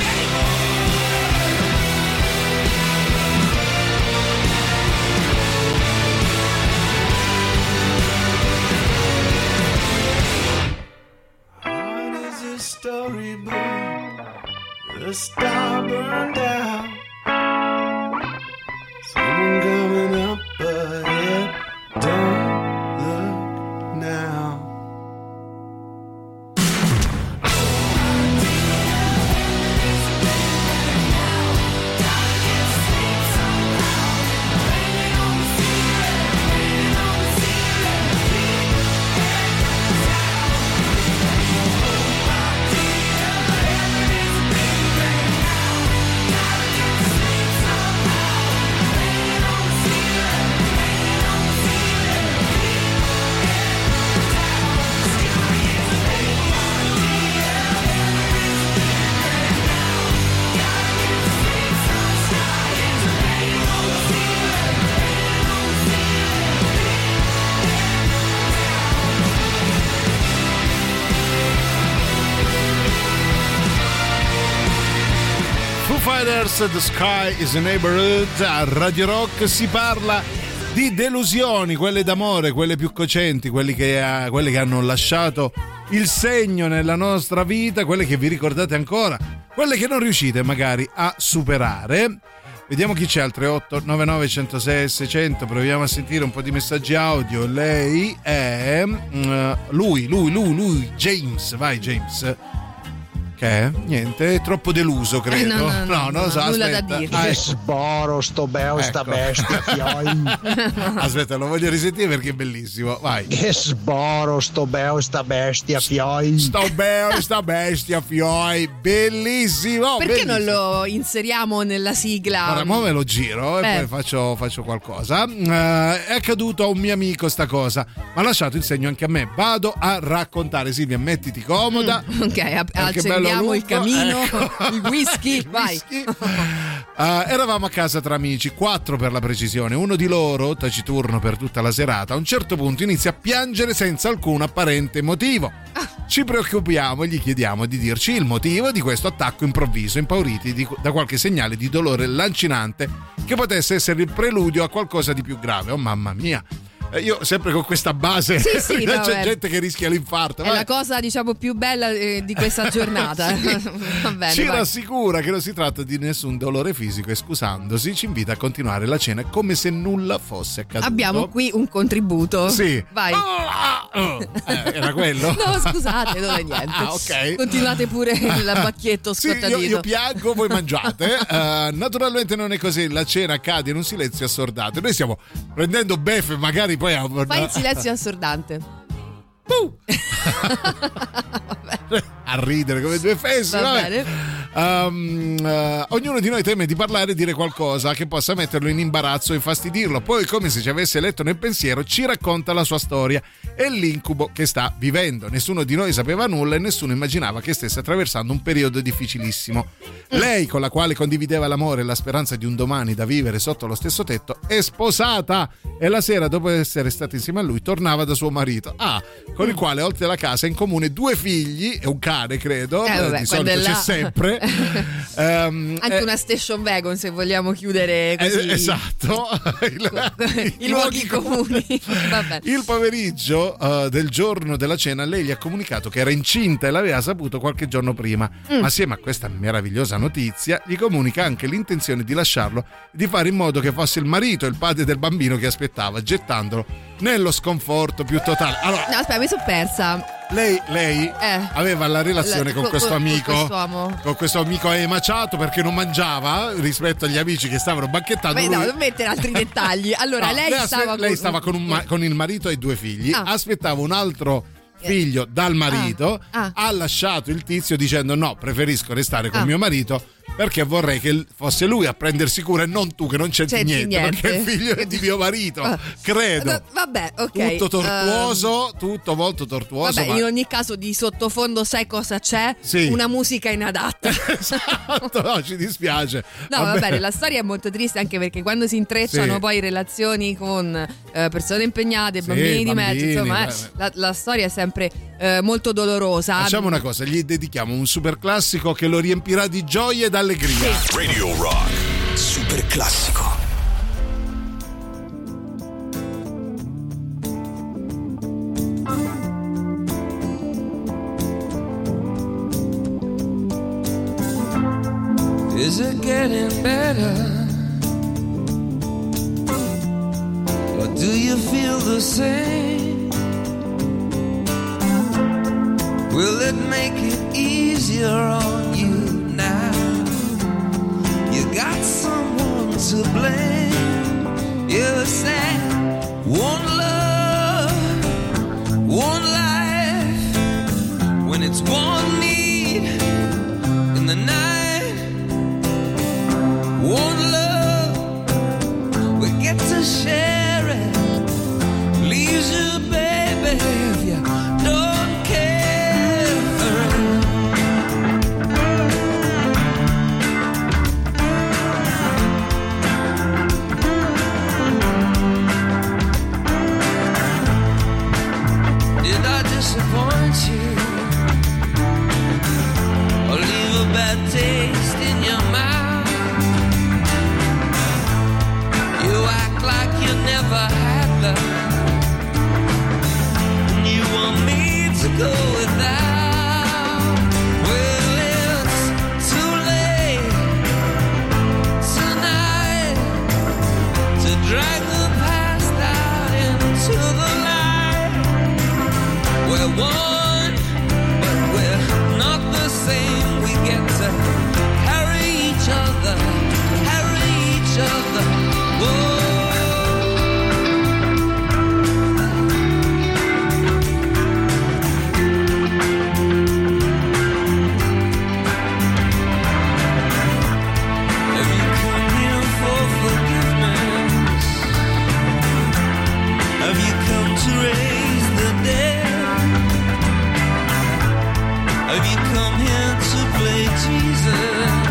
Speaker 4: Heart is a storybook, the star burned out. Someone coming up ahead, don't look now.
Speaker 3: Foo Fighters, The Sky is a Neighborhood. A Radio Rock si parla di delusioni, quelle d'amore, quelle più cocenti, quelli che, uh, quelle che hanno lasciato il segno nella nostra vita, quelle che vi ricordate ancora, quelle che non riuscite magari a superare. Vediamo chi c'è al tre otto nove nove uno zero sei seicento. Proviamo a sentire un po' di messaggi audio. Lei è uh, lui, lui, lui, lui, James. Vai James. Che è? Niente, è troppo deluso, credo.
Speaker 7: Eh, no, no, no,
Speaker 3: no, no,
Speaker 7: no,
Speaker 3: so,
Speaker 7: nulla
Speaker 3: aspetta.
Speaker 7: da dire.
Speaker 3: Ah,
Speaker 10: Che
Speaker 3: ecco.
Speaker 10: sboro sto beo sta
Speaker 3: Ecco.
Speaker 10: bestia, fioi.
Speaker 3: Aspetta, lo voglio risentire perché è bellissimo. Vai.
Speaker 10: Che sboro sto beo sta bestia, fioi.
Speaker 3: Sto beo, sta bestia, fioi. Bellissimo.
Speaker 7: Perché
Speaker 3: bellissimo.
Speaker 7: non lo inseriamo nella sigla?
Speaker 3: Ora, mo me lo giro e
Speaker 7: Eh.
Speaker 3: poi faccio, faccio qualcosa. Eh, è accaduto a un mio amico sta cosa, ma ha lasciato il segno anche a me. Vado a raccontare. Silvia, mettiti comoda.
Speaker 7: Mm, ok, a-
Speaker 3: Perché bello
Speaker 7: accendiamo il
Speaker 3: lungo.
Speaker 7: camino,
Speaker 3: Ecco.
Speaker 7: il whisky,
Speaker 3: Il
Speaker 7: vai.
Speaker 3: whisky. Eh, eravamo a casa tra amici, quattro per la precisione. Uno di loro, taciturno per tutta la serata, a un certo punto inizia a piangere senza alcun apparente motivo. Ci preoccupiamo e gli chiediamo di dirci il motivo di questo attacco improvviso, impauriti di- da qualche segnale di dolore lancinante che potesse essere il preludio a qualcosa di più grave. Oh mamma mia! Eh, Io sempre con questa base,
Speaker 7: Sì, sì, no,
Speaker 3: c'è
Speaker 7: eh.
Speaker 3: gente che rischia l'infarto.
Speaker 7: È
Speaker 3: Vai.
Speaker 7: la cosa, diciamo, più bella eh, di questa giornata. Va bene,
Speaker 3: Ci
Speaker 7: vai.
Speaker 3: rassicura che non si tratta di nessun dolore fisico e scusandosi ci invita a continuare la cena come se nulla fosse accaduto.
Speaker 7: Abbiamo qui un contributo.
Speaker 3: Sì.
Speaker 7: Vai.
Speaker 3: Ah, oh. Eh, era quello?
Speaker 7: No, scusate, non è niente.
Speaker 3: Ah, ok.
Speaker 7: Continuate pure il bacchetto
Speaker 3: Sì, io,
Speaker 7: scottadito.
Speaker 3: io piango, voi mangiate. Eh, naturalmente non è così, la cena cade in un silenzio assordato. Noi stiamo prendendo beffe, magari poi a-
Speaker 7: Fai il silenzio assordante.
Speaker 3: Uh. a ridere come due fessi.
Speaker 7: Va
Speaker 3: vabbè.
Speaker 7: bene.
Speaker 3: Um, uh, ognuno di noi teme di parlare e dire qualcosa che possa metterlo in imbarazzo o infastidirlo. Poi, come se ci avesse letto nel pensiero, ci racconta la sua storia e l'incubo che sta vivendo. Nessuno di noi sapeva nulla e nessuno immaginava che stesse attraversando un periodo difficilissimo. Lei, con la quale condivideva l'amore e la speranza di un domani da vivere sotto lo stesso tetto, è sposata e la sera, dopo essere stata insieme a lui, tornava da suo marito. Ah, con il quale oltre alla casa in comune due figli e un cane, credo.
Speaker 7: Eh, vabbè,
Speaker 3: di
Speaker 7: quando
Speaker 3: solito
Speaker 7: è
Speaker 3: c'è
Speaker 7: là.
Speaker 3: sempre. Ehm,
Speaker 7: Anche
Speaker 3: eh,
Speaker 7: una station wagon, se vogliamo chiudere così.
Speaker 3: eh, esatto. il,
Speaker 7: I luoghi comuni. Vabbè.
Speaker 3: Il pomeriggio eh, del giorno della cena lei gli ha comunicato che era incinta e l'aveva saputo qualche giorno prima.
Speaker 7: Mm.
Speaker 3: Assieme a questa meravigliosa notizia gli comunica anche l'intenzione di lasciarlo e di fare in modo che fosse il marito e il padre del bambino che aspettava, gettandolo nello sconforto più totale. Allora,
Speaker 7: No, aspetta, mi sono persa.
Speaker 3: lei, lei
Speaker 7: Eh.
Speaker 3: aveva la relazione
Speaker 7: La-
Speaker 3: con
Speaker 7: con-
Speaker 3: questo
Speaker 7: con-
Speaker 3: amico,
Speaker 7: con quest'uomo.
Speaker 3: con questo amico emaciato perché non mangiava rispetto agli amici che stavano banchettando.
Speaker 7: Beh, no,
Speaker 3: Lui-
Speaker 7: non mettere altri dettagli. Allora,
Speaker 3: No,
Speaker 7: lei,
Speaker 3: aspe-
Speaker 7: stava
Speaker 3: lei
Speaker 7: con...
Speaker 3: stava con, un ma- con il marito e due figli,
Speaker 7: Ah.
Speaker 3: aspettava un altro figlio dal marito,
Speaker 7: Ah.
Speaker 3: ha lasciato il tizio dicendo no, preferisco restare con
Speaker 7: Ah.
Speaker 3: mio marito perché vorrei che fosse lui a prendersi cura e non tu che non c'entri
Speaker 7: C'entri
Speaker 3: niente,
Speaker 7: niente.
Speaker 3: perché il figlio è di mio marito,
Speaker 7: Ah.
Speaker 3: credo.
Speaker 7: Va- Vabbè, ok.
Speaker 3: Tutto tortuoso, tutto molto tortuoso.
Speaker 7: Vabbè,
Speaker 3: ma-
Speaker 7: in ogni caso di sottofondo sai cosa c'è?
Speaker 3: Sì.
Speaker 7: Una musica inadatta.
Speaker 3: Esatto, no, ci dispiace.
Speaker 7: No, va bene, la storia è molto triste anche perché quando si intrecciano
Speaker 3: Sì.
Speaker 7: poi relazioni con eh, persone impegnate,
Speaker 3: Sì,
Speaker 7: bambini di mezzo,
Speaker 3: bambini,
Speaker 7: insomma, eh,
Speaker 3: beh, beh.
Speaker 7: la, la storia è sempre eh, molto dolorosa.
Speaker 3: Facciamo una cosa, gli dedichiamo un super classico che lo riempirà di gioia ed allegria.
Speaker 2: Radio Rock.
Speaker 1: Super classico.
Speaker 4: Is it getting better? Or do you feel the same? Will it make it easier on you now? You got someone to blame. You said one love, one life. When it's one need in the night. One love, we get to share it. Leaves you, baby, if you don't care. Did I disappoint you? Have you come here to play Jesus?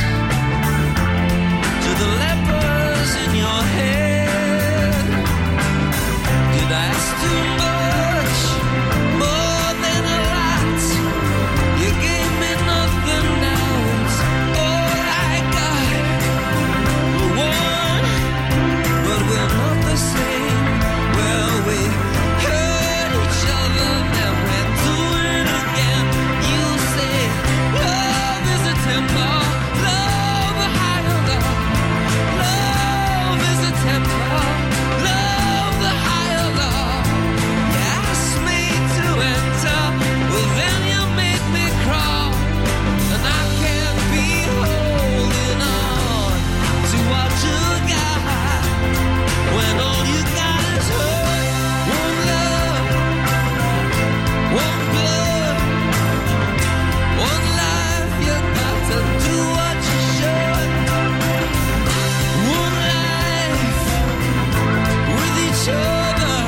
Speaker 4: To the lepers in your head, did I ask too much? More than a lot. You gave me nothing, now it's all I got. One, but we're not the same. Well, we hurt each other, then we're doing it again. You say love is a temple, love a higher love. Love is a temple, love the higher love. You asked me to enter, well then you made me crawl, and I can't be holding on to what you got when all you got is hurt. One love, one blood, one life. You got to do what you should. One life with each other,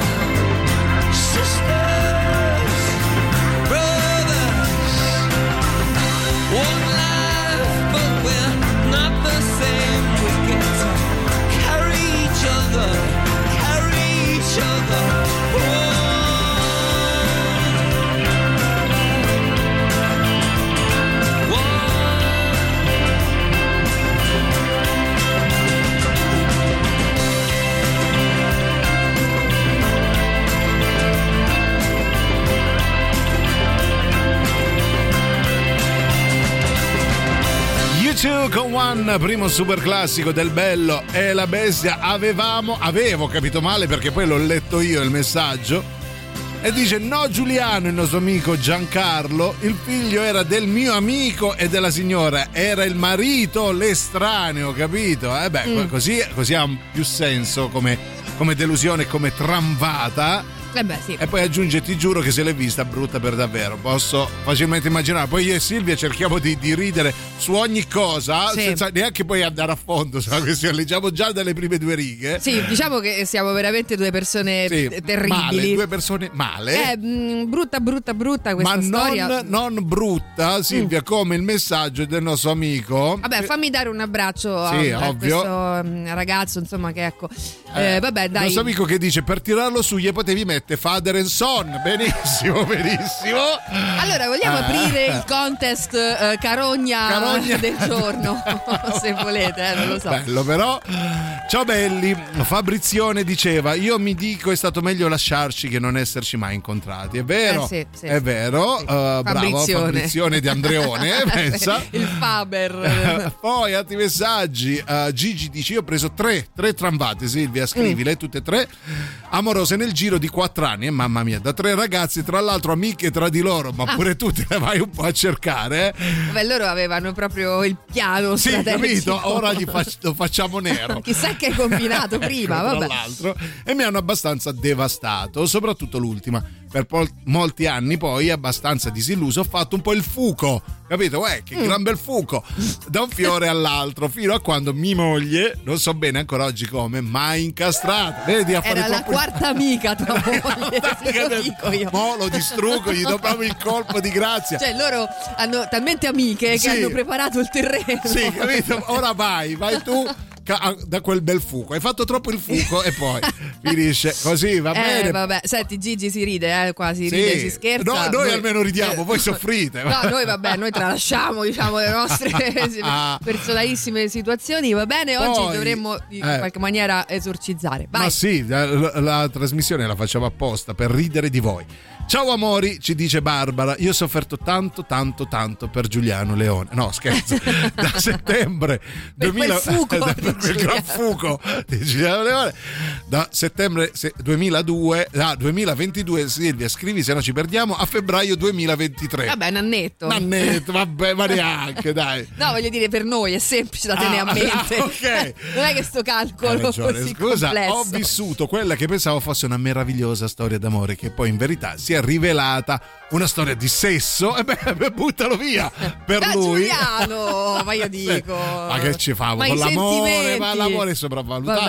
Speaker 4: sisters, brothers. One life, but we're not the same. We get to carry each other, carry each other. One.
Speaker 3: U due con One, primo super classico del Bello e la Bestia. Avevamo, avevo capito male perché poi l'ho letto io il messaggio e dice: no Giuliano, il nostro amico Giancarlo, il figlio era del mio amico e della signora, era il marito l'estraneo, capito? Eh beh,
Speaker 7: Mm.
Speaker 3: così, così ha più senso come, come delusione, come tramvata.
Speaker 7: Eh beh, sì.
Speaker 3: E poi aggiunge: ti giuro che se l'hai vista brutta per davvero, posso facilmente immaginare. Poi io e Silvia cerchiamo di, di ridere su ogni cosa,
Speaker 7: Sì.
Speaker 3: senza neanche poi andare a fondo sulla questione. Leggiamo già dalle prime due righe.
Speaker 7: Sì, diciamo che siamo veramente due persone
Speaker 3: Sì,
Speaker 7: t- terribili.
Speaker 3: male, due persone male.
Speaker 7: Eh, mh, brutta, brutta, brutta questa
Speaker 3: ma
Speaker 7: storia.
Speaker 3: non, non brutta, Silvia, come il messaggio del nostro amico.
Speaker 7: Vabbè, fammi dare un abbraccio a,
Speaker 3: Sì,
Speaker 7: a
Speaker 3: ovvio.
Speaker 7: questo mh, ragazzo, insomma, che ecco. Eh, vabbè,
Speaker 3: Il
Speaker 7: dai.
Speaker 3: nostro amico che dice: per tirarlo su gli potevi mettere Father and Son. Benissimo, benissimo.
Speaker 7: Allora, vogliamo
Speaker 3: Eh.
Speaker 7: aprire il contest eh, carogna,
Speaker 3: Carogna.
Speaker 7: del giorno? Se volete, eh, non lo so.
Speaker 3: Bello però. Ciao belli. Fabrizione diceva: io mi dico è stato meglio lasciarci che non esserci mai incontrati. È vero,
Speaker 7: Eh, sì, sì.
Speaker 3: è vero.
Speaker 7: Sì.
Speaker 3: Uh, bravo,
Speaker 7: Fabrizione.
Speaker 3: Fabrizione di Andreone, pensa.
Speaker 7: Il Faber.
Speaker 3: Poi altri messaggi. uh, Gigi dice: io ho preso tre tre tramvate. Silvia, scrivile tutte e tre amorose nel giro di quattro anni. E mamma mia, da tre ragazzi, tra l'altro amiche tra di loro, ma
Speaker 7: Ah.
Speaker 3: pure tu te le vai un po' a cercare, eh?
Speaker 7: Vabbè, loro avevano proprio il piano
Speaker 3: Sì,
Speaker 7: strategico.
Speaker 3: capito? Ora gli fac- lo facciamo nero.
Speaker 7: Chissà che hai combinato prima,
Speaker 3: Tra
Speaker 7: vabbè.
Speaker 3: l'altro, e mi hanno abbastanza devastato, soprattutto l'ultima. Per pol- molti anni poi, abbastanza disilluso, ho fatto un po' il fuco, capito? Uè, che
Speaker 7: Mm.
Speaker 3: gran bel fuco, da un fiore all'altro, fino a quando mia moglie, non so bene ancora oggi come, mai incastrata. Vedi a fare
Speaker 7: Era la
Speaker 3: troppo-
Speaker 7: quarta amica tua moglie, te lo dico io.
Speaker 3: Mo lo distruggo, gli do proprio il colpo di grazia.
Speaker 7: Cioè, loro hanno talmente amiche che
Speaker 3: Sì.
Speaker 7: hanno preparato il terreno.
Speaker 3: Sì, capito? Ora vai, vai tu ca- da quel bel fuoco. Hai fatto troppo il fuoco e poi finisce così, va
Speaker 7: Eh,
Speaker 3: bene.
Speaker 7: vabbè, senti, Gigi si ride, eh, qua si
Speaker 3: Sì.
Speaker 7: ride, si scherza.
Speaker 3: No, noi almeno ridiamo, voi soffrite.
Speaker 7: No, noi vabbè, noi tralasciamo, diciamo, le nostre personalissime situazioni, va bene? Oggi
Speaker 3: Poi,
Speaker 7: dovremmo in
Speaker 3: eh.
Speaker 7: qualche maniera esorcizzare. Vai.
Speaker 3: Ma sì, la, la- la trasmissione la facciamo apposta per ridere di voi. Ciao amori, ci dice Barbara, io ho sofferto tanto tanto tanto per Giuliano Leone. No, scherzo. Da settembre
Speaker 7: Per quel fuoco
Speaker 3: da-
Speaker 7: di
Speaker 3: per quel gran
Speaker 7: Giuliano.
Speaker 3: fuoco di Giuliano Leone. Da settembre se- duemiladue, ah, duemilaventidue, Silvia, scrivi se no ci perdiamo, a febbraio duemilaventitré.
Speaker 7: Vabbè, Nannetto.
Speaker 3: Nannetto, vabbè, ma neanche, dai.
Speaker 7: No, voglio dire, per noi è semplice da tenere
Speaker 3: Ah,
Speaker 7: a mente.
Speaker 3: ah, ok.
Speaker 7: Non è che sto
Speaker 3: Hai
Speaker 7: calcolo
Speaker 3: ragione,
Speaker 7: così
Speaker 3: scusa,
Speaker 7: complesso.
Speaker 3: ho vissuto quella che pensavo fosse una meravigliosa storia d'amore, che poi in verità si è rivelata una storia di sesso. E beh, buttalo via per
Speaker 7: Da
Speaker 3: lui.
Speaker 7: Giuliano, ma io dico.
Speaker 3: Ma che ci famo
Speaker 7: Ma
Speaker 3: con
Speaker 7: i
Speaker 3: l'amore?
Speaker 7: sentimenti.
Speaker 3: Ma l'amore è sopravvalutato.
Speaker 7: Vabbè.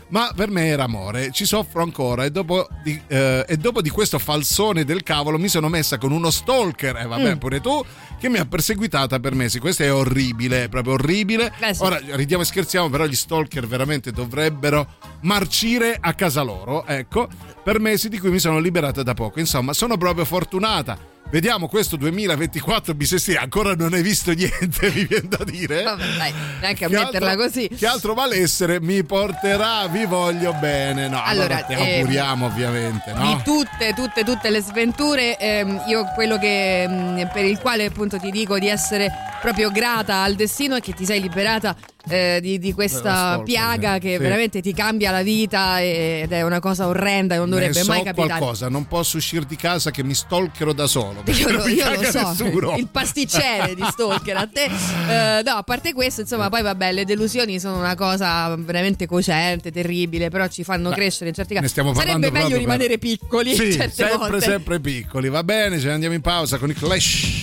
Speaker 3: ma per me era amore, ci soffro ancora e dopo di, eh, e dopo di questo falsone del cavolo mi sono messa con uno stalker, e eh, vabbè mm. pure tu, che mi ha perseguitata per mesi. Questo è orribile, è proprio orribile.
Speaker 7: Beh, sì.
Speaker 3: Ora ridiamo e scherziamo, però gli stalker veramente dovrebbero marcire a casa loro, ecco, per mesi di cui mi sono liberata da poco. Insomma, sono proprio fortunata. Vediamo questo duemilaventiquattro bisestia, ancora non hai visto niente, mi viene da dire.
Speaker 7: Vabbè, dai, neanche a
Speaker 3: Che
Speaker 7: metterla
Speaker 3: altro,
Speaker 7: così.
Speaker 3: Che altro malessere mi porterà, vi voglio bene. No, allora, allora ti
Speaker 7: eh,
Speaker 3: auguriamo ovviamente, no?
Speaker 7: Di tutte, tutte, tutte le sventure, ehm, io quello che mh, per il quale appunto ti dico di essere proprio grata al destino è che ti sei liberata eh, di, di questa piaga che
Speaker 3: sì.
Speaker 7: veramente ti cambia la vita ed è una cosa orrenda e non dovrebbe
Speaker 3: ne so
Speaker 7: mai capitare.
Speaker 3: qualcosa, non posso uscire di casa che mi stalkerò da solo.
Speaker 7: Io, lo, io lo so,
Speaker 3: nessuno.
Speaker 7: Il pasticcere di stalker a te. Eh, no, a parte questo, insomma, poi vabbè, le delusioni sono una cosa veramente cocente, terribile, però ci fanno Beh, crescere in certi casi. Sarebbe meglio rimanere
Speaker 3: per...
Speaker 7: piccoli
Speaker 3: sì,
Speaker 7: certe
Speaker 3: sempre,
Speaker 7: volte.
Speaker 3: sempre piccoli. Va bene, ce ne andiamo in pausa con i Clash.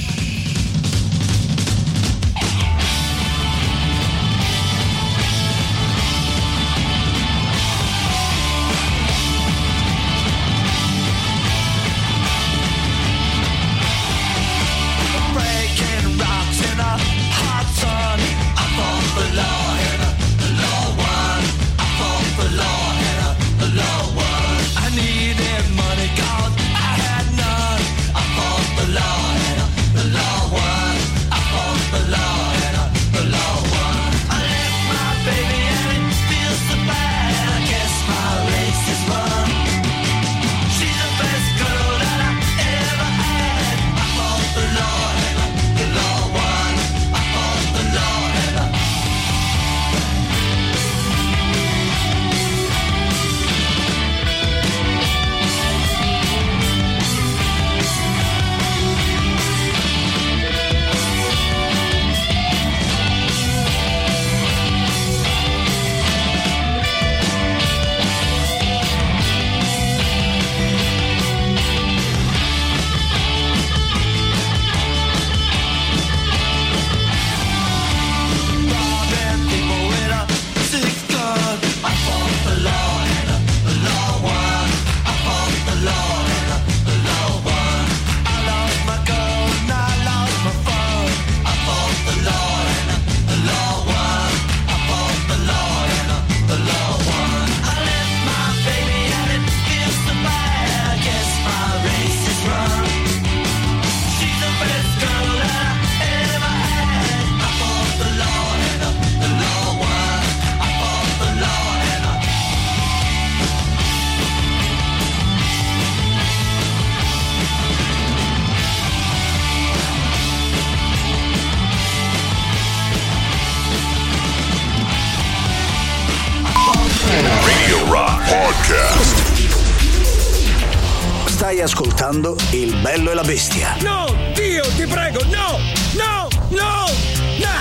Speaker 1: Stai ascoltando Il Bello e la Bestia.
Speaker 11: No, Dio, ti prego, no, no, no, no!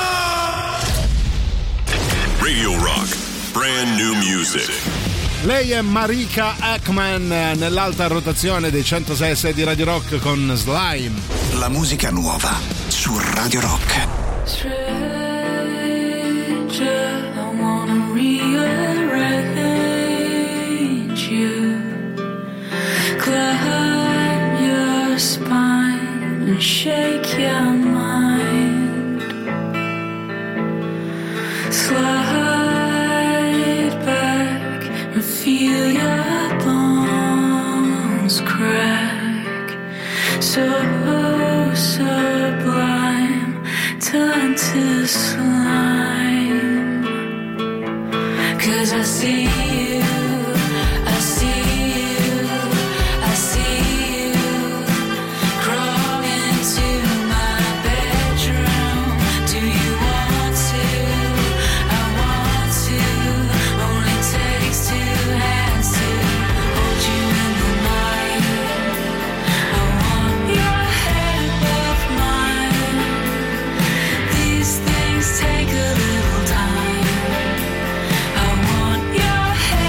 Speaker 2: Radio Rock, brand new music.
Speaker 3: Lei è Marika Ekman nell'alta rotazione dei centosei e sei di Radio Rock con Slime.
Speaker 1: La musica nuova su Radio Rock.
Speaker 12: Stranger, I wanna rearrange you. Climb your spine and shake your mind. Slide back and feel your bones crack. So sublime, turn to slime. 'Cause I see you, I see you, I see you. Crawl into my bedroom. Do you want to? I want to. Only takes two hands to hold you in the night. I want your head above mine. These things take a little time. I want your head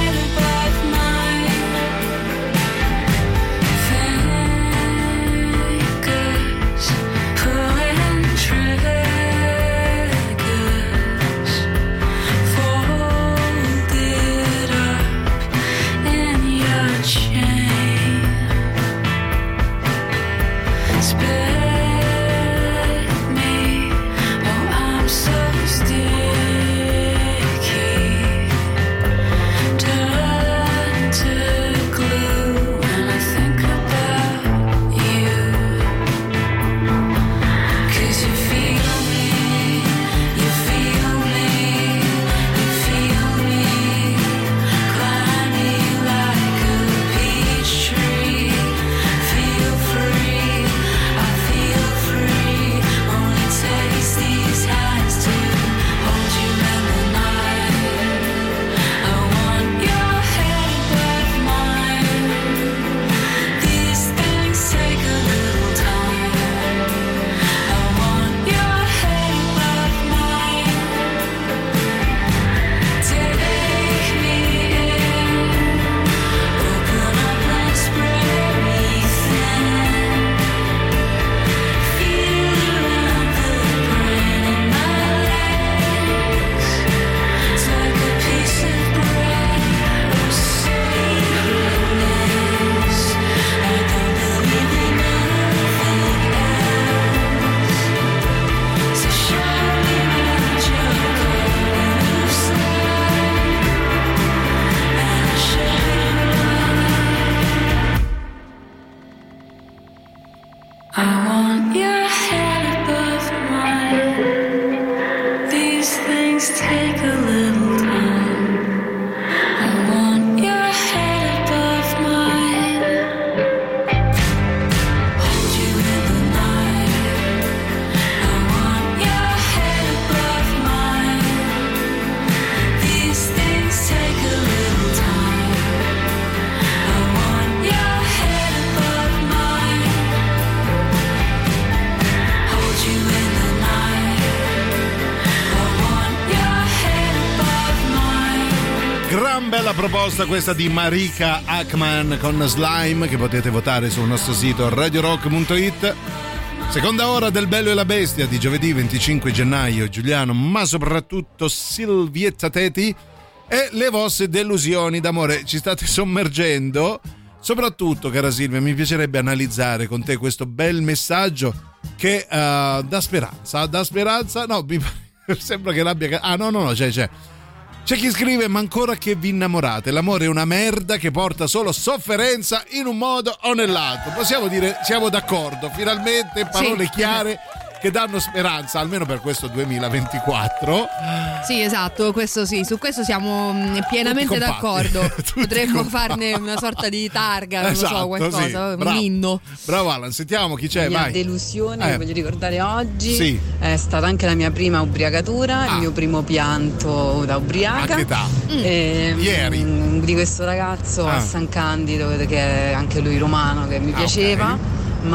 Speaker 12: you in the night. I want your head above mine.
Speaker 3: Gran bella proposta questa di Marika Achman con Slime, che potete votare sul nostro sito radio rock punto it. Seconda ora del Bello e la Bestia di giovedì venticinque gennaio. Giuliano, ma soprattutto Silvietta Teti e le vostre delusioni d'amore. Ci state sommergendo. Soprattutto, cara Silvia, mi piacerebbe analizzare con te questo bel messaggio che uh, dà speranza. Dà speranza? No, mi sembra che l'abbia... Ah, no, no, no, c'è, c'è. C'è chi scrive: ma ancora che vi innamorate, l'amore è una merda che porta solo sofferenza in un modo o nell'altro. Possiamo dire siamo d'accordo, finalmente parole
Speaker 7: Sì.
Speaker 3: chiare che danno speranza, almeno per questo duemilaventiquattro.
Speaker 7: Sì, esatto, questo sì, su questo siamo mh, pienamente
Speaker 3: Tutti compatti.
Speaker 7: d'accordo.
Speaker 3: Tutti
Speaker 7: Potremmo
Speaker 3: compatti.
Speaker 7: farne una sorta di targa, non
Speaker 3: Esatto,
Speaker 7: lo so, qualcosa,
Speaker 3: sì.
Speaker 7: un
Speaker 3: Bravo.
Speaker 7: inno.
Speaker 3: Bravo Alan, sentiamo chi c'è,
Speaker 13: La mia
Speaker 3: vai.
Speaker 13: delusione
Speaker 3: Eh.
Speaker 13: che voglio ricordare oggi
Speaker 3: Sì.
Speaker 13: è stata anche la mia prima ubriacatura,
Speaker 3: Ah.
Speaker 13: il mio primo pianto da ubriaca.
Speaker 3: A che età?
Speaker 13: E,
Speaker 3: Ieri.
Speaker 13: mm, di questo ragazzo
Speaker 3: Ah.
Speaker 13: a San Candido, che è anche lui romano, che mi
Speaker 3: Ah,
Speaker 13: piaceva.
Speaker 3: ok.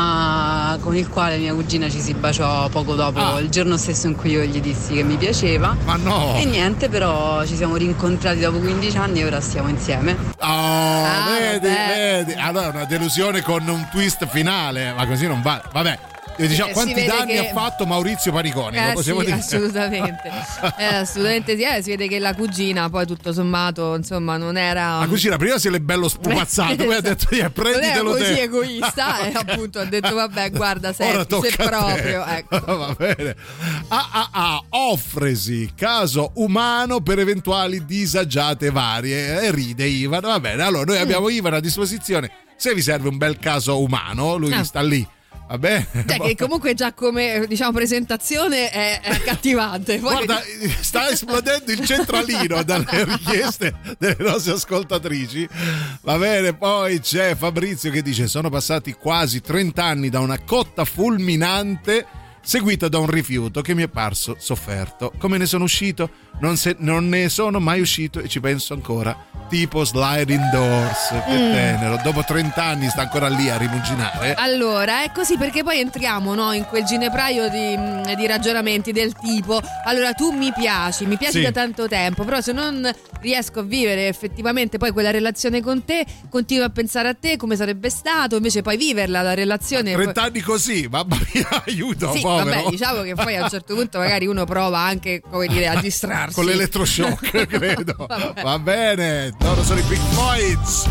Speaker 13: Ma con il quale mia cugina ci si baciò poco dopo,
Speaker 3: Ah.
Speaker 13: il giorno stesso in cui io gli dissi che mi piaceva.
Speaker 3: Ma no!
Speaker 13: E niente, però ci siamo rincontrati dopo quindici anni e ora stiamo insieme.
Speaker 3: Oh, vedi,
Speaker 7: vabbè.
Speaker 3: vedi. Allora, una delusione con un twist finale, ma così non va. Vabbè. Diciamo,
Speaker 7: Eh, si
Speaker 3: quanti
Speaker 7: vede
Speaker 3: danni
Speaker 7: che-
Speaker 3: ha fatto Maurizio Pariconi? Lo
Speaker 7: Eh
Speaker 3: possiamo
Speaker 7: sì,
Speaker 3: dire?
Speaker 7: assolutamente. Eh, assolutamente sì, eh, si vede che la cugina poi tutto sommato, insomma, non era
Speaker 3: La cucina prima si è bello spumazzato, poi ha detto "Yeah, prenditelo
Speaker 7: non era così
Speaker 3: te".
Speaker 7: egoista e appunto ha detto vabbè, guarda,
Speaker 3: Ora
Speaker 7: senti,
Speaker 3: tocca
Speaker 7: se
Speaker 3: a te.
Speaker 7: proprio, ecco.
Speaker 3: Va bene. Ah, ah, ah, offresi caso umano per eventuali disagiate varie. E ride Ivan. Va bene, allora noi abbiamo Ivan a disposizione. Se vi serve un bel caso umano, lui
Speaker 7: Ah.
Speaker 3: sta lì. Va bene?
Speaker 7: Cioè che comunque già come diciamo presentazione è, è accattivante. Poi
Speaker 3: Guarda, sta esplodendo il centralino dalle richieste delle nostre ascoltatrici. Va bene, poi c'è Fabrizio che dice: sono passati quasi trenta anni da una cotta fulminante seguita da un rifiuto che mi è parso sofferto. Come ne sono uscito? Non, se, non ne sono mai uscito e ci penso ancora. Tipo Sliding Doors, che
Speaker 7: Mm.
Speaker 3: tenero. Dopo trenta anni sta ancora lì a rimuginare.
Speaker 7: Allora, è così perché poi entriamo, no, in quel ginepraio di, di ragionamenti del tipo: allora tu mi piaci, mi piaci
Speaker 3: Sì.
Speaker 7: da tanto tempo, però se non riesco a vivere effettivamente poi quella relazione con te, continuo a pensare a te come sarebbe stato, invece poi viverla la relazione.
Speaker 3: trenta anni così, mamma mia, aiuto,
Speaker 7: Sì,
Speaker 3: povero.
Speaker 7: vabbè, diciamo che poi a un certo punto magari uno prova anche, come dire, a distrarsi.
Speaker 3: Con l'elettroshock, credo.
Speaker 7: Vabbè.
Speaker 3: Va bene, loro sono i Pink Floyds.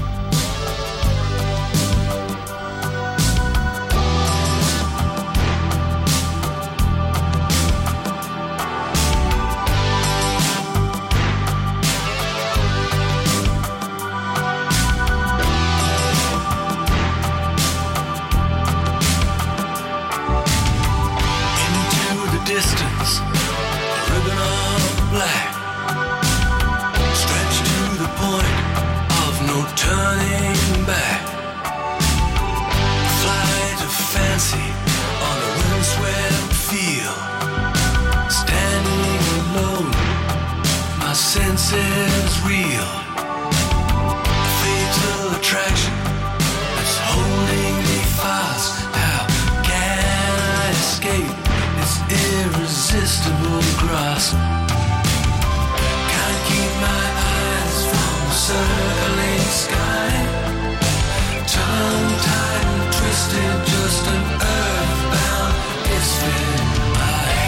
Speaker 4: Into the distance, a ribbon of black, stretched to the point of no turning back. Flight of fancy on a windswept field, standing alone, my senses reel. A fatal attraction that's holding me fast. How can I escape its irresistible grasp? Can't keep my eyes from the circling sky. Tongue-tied and twisted, just an earthbound misfit eye.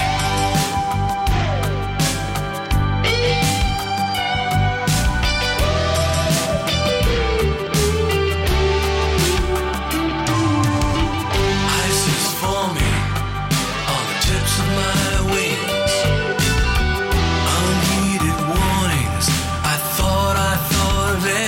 Speaker 4: Ice is forming on the tips of my wings. Unheeded warnings, I thought I thought of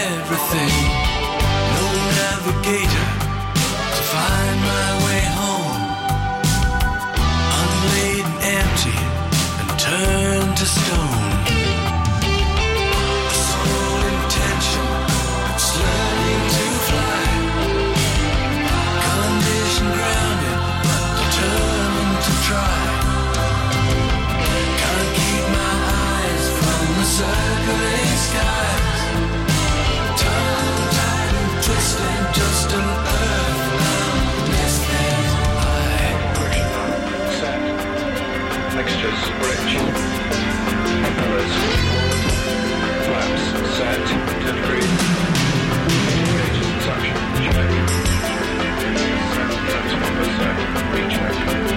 Speaker 14: fixtures, bridge. Propellers, flaps, set, ten degrees. Gauges and suction, check. Transformers set, recheck.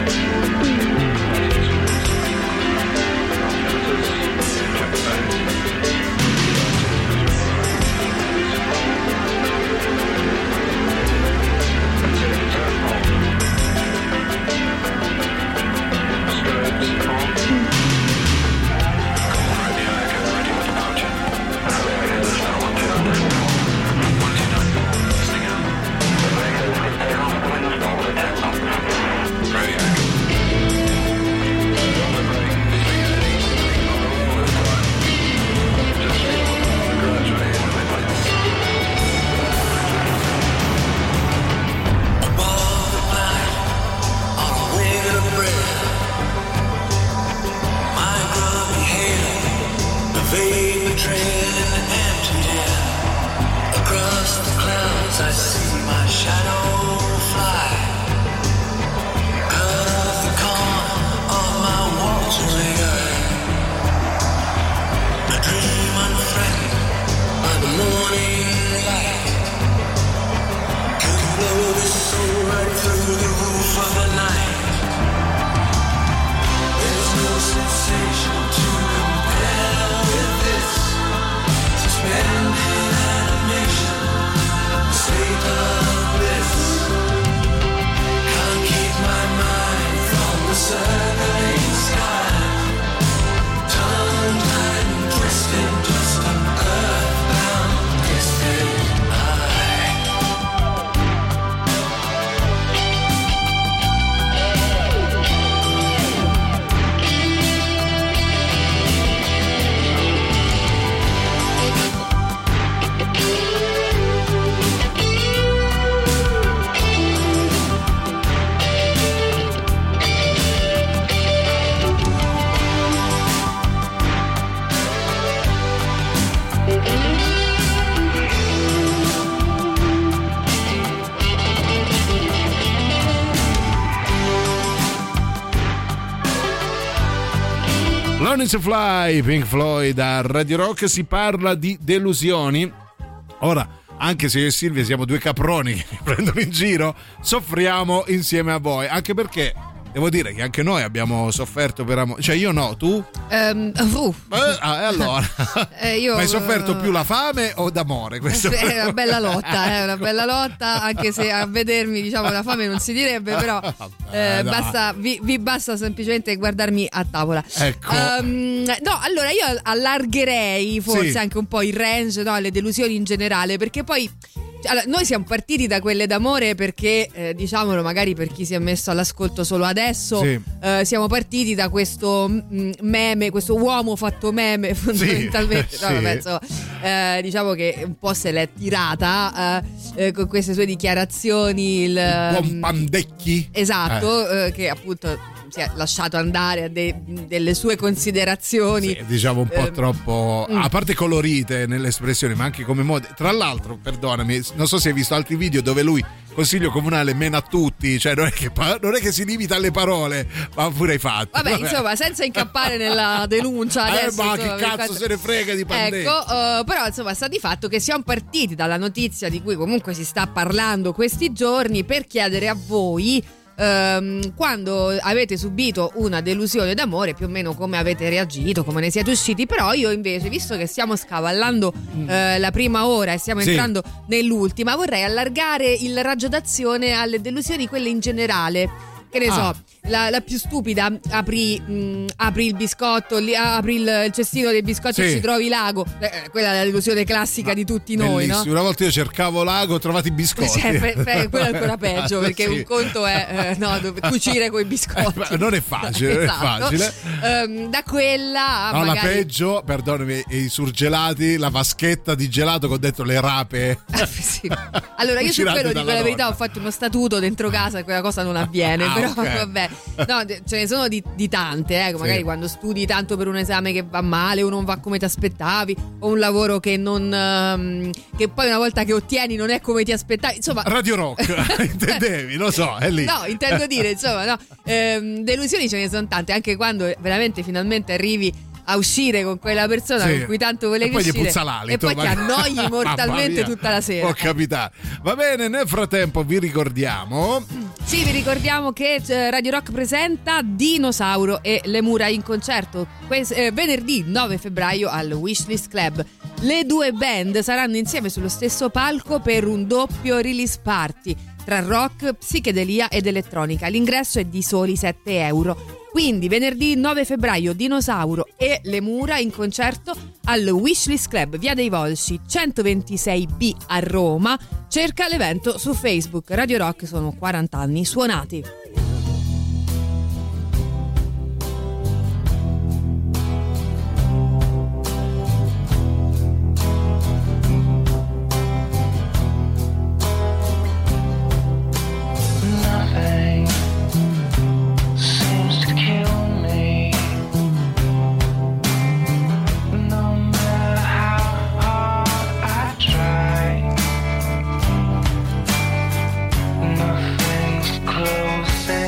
Speaker 14: Filters, check back. Turn on. Strobes on. Radio Echo ready for departure. Radio Echo is now one two nine. one two nine. Listening out. Radio Echo is take off winds forward at ten knots. Radio Echo. On the brake, three eighty. On the roll this time. Just feel the gradually in the midlights.
Speaker 4: Above the night, on a wing of breath, my grubby hair, the vapor trail in the empty air. Across the clouds I see my shadow fly. Out of the corner of my watering eye, I dream unthreatened by the morning light. Could blow this soul right through the roof of the night. There's no sensation to compare with this. Suspended animation, state of bliss. Can't keep my mind from the circling sky. Tongue tied and twisted, just an earthbound distant eye.
Speaker 3: Learning to Fly, Pink Floyd a Radio Rock. Si parla di delusioni. Ora, anche se io e Silvia siamo due caproni che mi prendono in giro, soffriamo insieme a voi, anche perché devo dire che anche noi abbiamo sofferto per amore. Cioè io no, tu?
Speaker 7: Um, uh.
Speaker 3: Eh, ah, e allora?
Speaker 7: eh, io,
Speaker 3: Ma hai sofferto più la fame o d'amore? Questo
Speaker 7: è una bella lotta, è una bella lotta, anche se a vedermi diciamo la fame non si direbbe, però eh, basta, vi, vi basta semplicemente guardarmi a tavola.
Speaker 3: Ecco.
Speaker 7: Um, no, allora io allargherei forse
Speaker 3: sì.
Speaker 7: anche un po' il range, no, alle delusioni in generale, perché poi allora, noi siamo partiti da quelle d'amore perché, eh, diciamolo magari per chi si è messo all'ascolto solo adesso,
Speaker 3: sì.
Speaker 7: eh, siamo partiti da questo mh, meme, questo uomo fatto meme fondamentalmente,
Speaker 3: sì,
Speaker 7: no,
Speaker 3: sì.
Speaker 7: vabbè, insomma, eh, diciamo che un po' se l'è tirata eh, eh, con queste sue dichiarazioni. Il
Speaker 3: buon Pandecchi.
Speaker 7: Esatto, eh. Eh, che appunto si è lasciato andare a de- delle sue considerazioni,
Speaker 3: sì, diciamo un po'
Speaker 7: eh,
Speaker 3: troppo
Speaker 7: mm.
Speaker 3: a parte colorite nelle espressioni, ma anche come mode. Tra l'altro, perdonami, non so se hai visto altri video dove lui consiglio comunale mena a tutti, cioè non è che, non è che si limita alle parole, ma pure ai fatti.
Speaker 7: Vabbè,
Speaker 3: Vabbè.
Speaker 7: insomma, senza incappare nella denuncia adesso,
Speaker 3: eh, ma
Speaker 7: insomma,
Speaker 3: che cazzo
Speaker 7: quanto...
Speaker 3: se ne frega di Pandecchi.
Speaker 7: Ecco, uh, però insomma sta di fatto che siamo partiti dalla notizia di cui comunque si sta parlando questi giorni per chiedere a voi Um, quando avete subito una delusione d'amore, più o meno come avete reagito, come ne siete usciti. Però io invece, visto che stiamo scavallando mm. uh, la prima ora e stiamo
Speaker 3: sì.
Speaker 7: entrando nell'ultima, vorrei allargare il raggio d'azione alle delusioni, quelle in generale. Che ne
Speaker 3: ah.
Speaker 7: so, la, la più stupida, apri, mh, apri il biscotto, li, apri il, il cestino dei biscotti
Speaker 3: sì.
Speaker 7: e ci trovi l'ago. Eh, quella è la delusione classica Ma di tutti noi, no?
Speaker 3: Una volta io cercavo l'ago, ho trovato i biscotti.
Speaker 7: Cioè, fe, fe, quello è ancora peggio, perché sì. un conto è eh, no, cucire coi biscotti.
Speaker 3: Eh, non è facile,
Speaker 7: esatto.
Speaker 3: non è facile.
Speaker 7: Um, da quella a
Speaker 3: no,
Speaker 7: magari...
Speaker 3: la peggio, perdonami, i surgelati, la vaschetta di gelato con dentro le rape.
Speaker 7: sì. Allora io su quello dico la verità, ho fatto uno statuto dentro casa e quella cosa non avviene, ah, però okay. vabbè. No, ce ne sono di, di tante, eh. Magari
Speaker 3: Sì.
Speaker 7: quando studi tanto per un esame che va male o non va come ti aspettavi, o un lavoro che non ehm, che poi una volta che ottieni non è come ti aspettavi. Insomma,
Speaker 3: Radio Rock, intendevi, lo so, è lì.
Speaker 7: no, intendo dire, insomma, no, ehm, delusioni ce ne sono tante, anche quando veramente finalmente arrivi a uscire con quella persona
Speaker 3: Sì.
Speaker 7: con cui tanto volevi
Speaker 3: E poi gli
Speaker 7: uscire
Speaker 3: puzza l'alito,
Speaker 7: e poi ti
Speaker 3: magari.
Speaker 7: annoi
Speaker 3: Mamma
Speaker 7: mortalmente
Speaker 3: mia.
Speaker 7: tutta la sera.
Speaker 3: Può capitare. Va bene, nel frattempo vi ricordiamo
Speaker 7: Sì, vi ricordiamo che eh, Radio Rock presenta Dinosauro e Lemura in concerto que- eh, venerdì nove febbraio al Wishlist Club. Le due band saranno insieme sullo stesso palco per un doppio release party tra rock, psichedelia ed elettronica. L'ingresso è di soli sette euro. Quindi venerdì nove febbraio Dinosauro e Lemura in concerto al Wishlist Club, via dei Volsci centoventisei B a Roma. Cerca l'evento su Facebook. Radio Rock sono quaranta anni suonati.
Speaker 4: Nothing seems to kill me. No matter how hard I try, nothing's close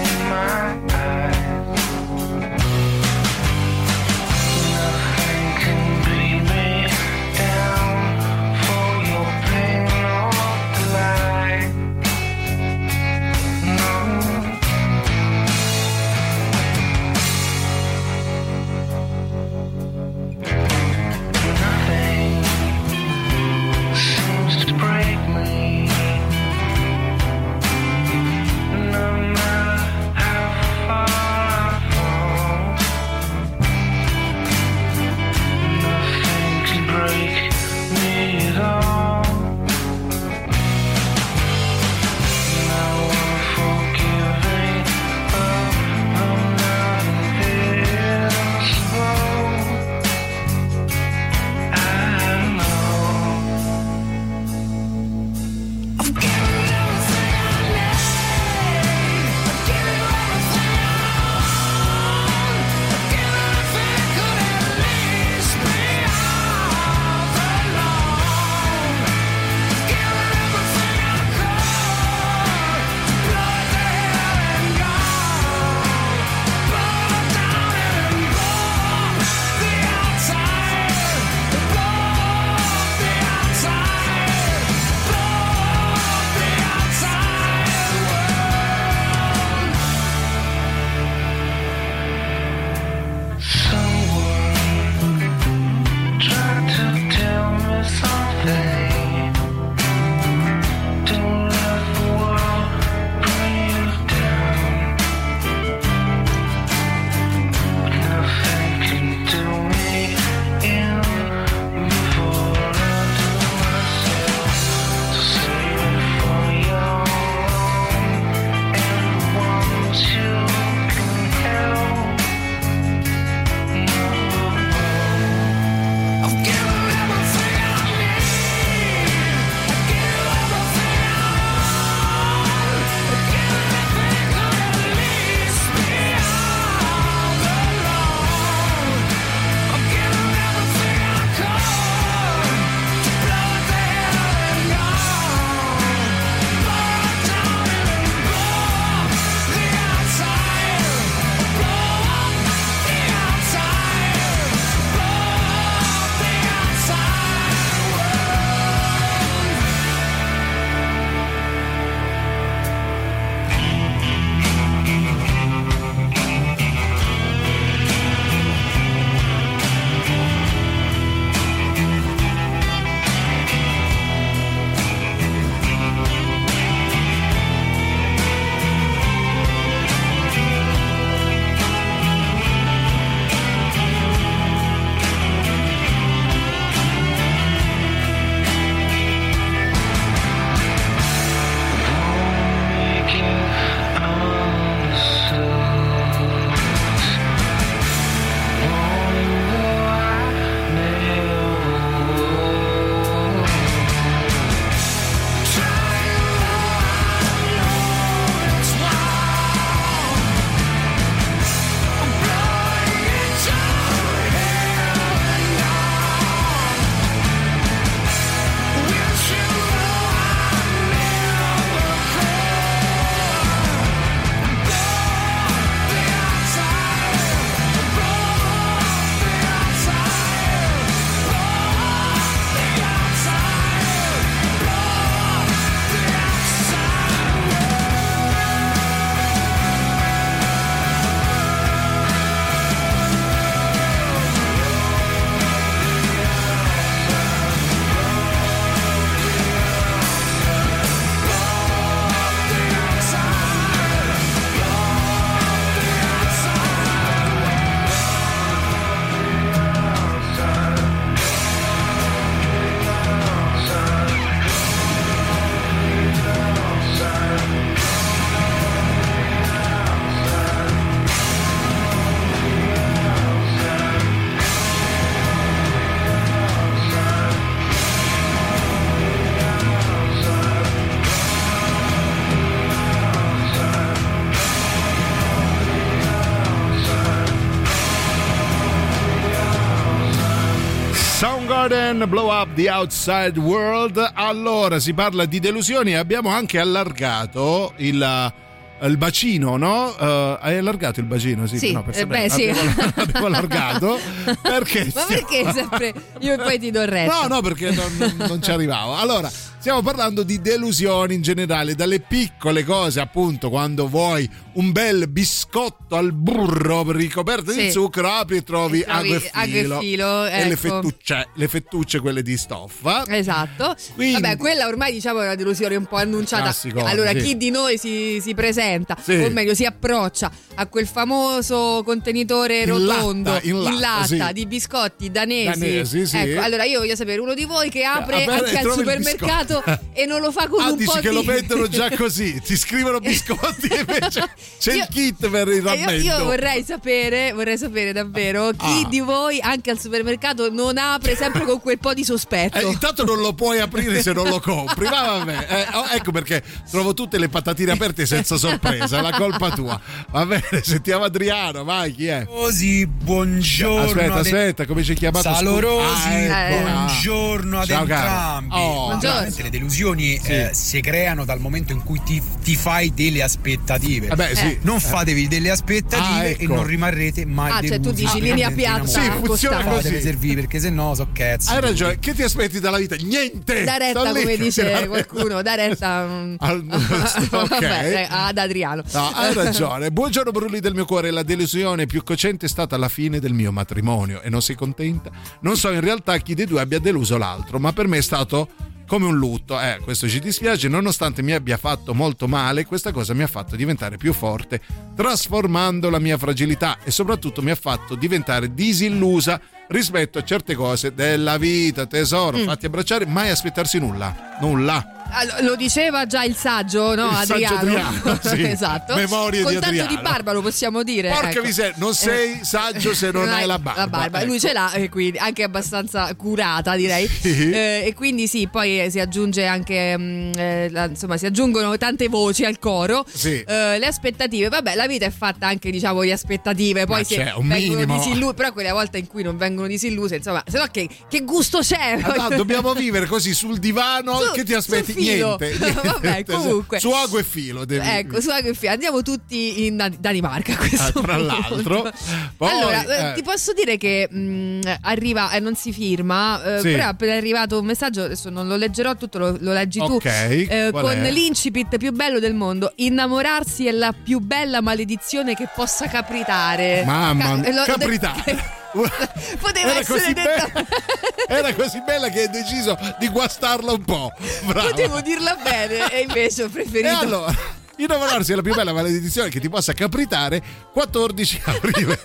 Speaker 3: Soundgarden, Blow Up the Outside World. Allora, si parla di delusioni e abbiamo anche allargato il... il bacino, no? Uh, hai allargato il bacino? Sì,
Speaker 7: sì.
Speaker 3: No, per
Speaker 7: eh beh, sì.
Speaker 3: abbiamo, abbiamo allargato perché
Speaker 7: ma
Speaker 3: stiamo...
Speaker 7: perché sempre io e poi ti do retta?
Speaker 3: No, no, perché non, non, non ci arrivavo. Allora, stiamo parlando di delusioni in generale, dalle piccole cose, appunto, quando vuoi un bel biscotto al burro ricoperto
Speaker 7: sì.
Speaker 3: di zucchero, apri e trovi,
Speaker 7: e trovi
Speaker 3: ago e filo,
Speaker 7: ago e, filo,
Speaker 3: e le
Speaker 7: ecco.
Speaker 3: fettucce, le fettucce quelle di stoffa.
Speaker 7: Esatto.
Speaker 3: Quindi...
Speaker 7: Vabbè, quella ormai diciamo è una delusione un po' annunciata.
Speaker 3: Classico,
Speaker 7: allora,
Speaker 3: sì.
Speaker 7: chi di noi si, si presenta,
Speaker 3: sì.
Speaker 7: o meglio si approccia a quel famoso contenitore
Speaker 3: in
Speaker 7: rotondo
Speaker 3: latta, in latta,
Speaker 7: in latta
Speaker 3: sì.
Speaker 7: di biscotti danesi.
Speaker 3: danesi sì.
Speaker 7: Ecco, allora io voglio sapere uno di voi che apre
Speaker 3: Vabbè,
Speaker 7: anche al
Speaker 3: trovi il
Speaker 7: supermercato e non lo fa con
Speaker 3: ah,
Speaker 7: un
Speaker 3: dici
Speaker 7: po'
Speaker 3: che
Speaker 7: di...
Speaker 3: lo vendono già così, ti scrivono biscotti e invece c'è
Speaker 7: Io-
Speaker 3: il kit per il rammendo.
Speaker 7: Io, io vorrei sapere, vorrei sapere davvero chi
Speaker 3: Ah.
Speaker 7: di voi anche al supermercato non apre sempre con quel po' di sospetto.
Speaker 3: Eh, intanto non lo puoi aprire se non lo compri, ma vabbè, eh, oh, ecco perché trovo tutte le patatine aperte senza sorpresa, è la colpa tua. Va bene, sentiamo Adriano, vai, chi è?
Speaker 11: Rosi, buongiorno.
Speaker 3: Aspetta,
Speaker 11: ad-
Speaker 3: aspetta, come ci hai chiamato?
Speaker 11: Salorosi,
Speaker 3: Ah, ecco.
Speaker 11: buongiorno ad
Speaker 3: Ciao, caro.
Speaker 11: entrambi.
Speaker 3: Oh.
Speaker 7: Buongiorno.
Speaker 11: Ovviamente le delusioni
Speaker 3: Sì.
Speaker 11: eh, si creano dal momento in cui ti, ti fai delle aspettative.
Speaker 3: Vabbè, sì.
Speaker 11: Non fatevi delle aspettative
Speaker 3: Ah, ecco.
Speaker 11: e non rimarrete mai
Speaker 7: Ah, cioè tu
Speaker 11: delusi.
Speaker 7: dici linea piatta,
Speaker 3: Sì, funziona
Speaker 7: costante.
Speaker 3: così.
Speaker 11: Fatevi servire perché se no so cazzo.
Speaker 3: Hai ragione, che ti aspetti dalla vita? Niente!
Speaker 7: Da retta,
Speaker 3: Sto lì
Speaker 7: come
Speaker 3: che
Speaker 7: dice
Speaker 3: ti-
Speaker 7: qualcuno, da retta mm,
Speaker 3: Al- ok.
Speaker 7: vabbè, ad Adriano.
Speaker 3: No, hai ragione. Buongiorno Brulli del mio cuore, la delusione più cocente è stata la fine del mio matrimonio e non sei contenta? Non so in realtà chi dei due abbia deluso l'altro, ma per me è stato come un lutto. Eh, questo ci dispiace, nonostante mi abbia fatto molto male, questa cosa mi ha fatto diventare più forte, trasformando la mia fragilità e soprattutto mi ha fatto diventare disillusa rispetto a certe cose della vita. Tesoro,
Speaker 7: Mm.
Speaker 3: fatti abbracciare, mai aspettarsi nulla. Nulla.
Speaker 7: Allora, lo diceva già il saggio, no?
Speaker 3: Il saggio
Speaker 7: Adriano.
Speaker 3: Adriano, sì.
Speaker 7: Esatto.
Speaker 3: Memorie
Speaker 7: Con
Speaker 3: di
Speaker 7: tanto
Speaker 3: Adriano.
Speaker 7: di barba lo possiamo dire.
Speaker 3: Porca
Speaker 7: ecco.
Speaker 3: miseria, non sei saggio se non hai la barba.
Speaker 7: La barba,
Speaker 3: ecco.
Speaker 7: lui ce l'ha e quindi anche abbastanza curata, direi.
Speaker 3: Sì.
Speaker 7: Eh, e quindi sì, poi eh, si aggiunge anche mh, eh, la- insomma, si aggiungono tante voci al coro.
Speaker 3: Sì.
Speaker 7: Eh, le aspettative, vabbè, la vita è fatta anche, diciamo, di aspettative, poi
Speaker 3: Ma
Speaker 7: se
Speaker 3: c'è un
Speaker 7: vengono
Speaker 3: minimo.
Speaker 7: disilluse, però quelle volte in cui non vengono disilluse, insomma, se no che, che gusto c'è?
Speaker 3: Ah, no, dobbiamo vivere così sul divano.
Speaker 7: Su-
Speaker 3: che ti aspetti?
Speaker 7: sul filo.
Speaker 3: Niente, niente.
Speaker 7: Vabbè, comunque.
Speaker 3: Su ago e filo devi...
Speaker 7: Ecco, su che fi- andiamo tutti in Dan- Danimarca a questo
Speaker 3: Ah, tra
Speaker 7: punto.
Speaker 3: l'altro. Poi,
Speaker 7: allora, eh,
Speaker 3: eh,
Speaker 7: ti posso dire che mh, arriva e eh, non si firma, eh,
Speaker 3: Sì.
Speaker 7: però è appena arrivato un messaggio, adesso non lo leggerò tutto, lo, lo leggi tu.
Speaker 3: Ok,
Speaker 7: eh,
Speaker 3: qual
Speaker 7: con
Speaker 3: è?
Speaker 7: l'incipit più bello del mondo. Innamorarsi è la più bella maledizione che possa capitare.
Speaker 3: Mamma
Speaker 7: Ca- eh, lo-
Speaker 3: capritare.
Speaker 7: Poteva
Speaker 3: Era
Speaker 7: essere
Speaker 3: così,
Speaker 7: detta.
Speaker 3: be- era così bella che hai deciso di guastarla un po'. Bravo.
Speaker 7: Potevo dirla bene e invece ho
Speaker 3: E
Speaker 7: preferito.
Speaker 3: allora, innamorarsi è la più bella maledizione che ti possa capritare. quattordici aprile.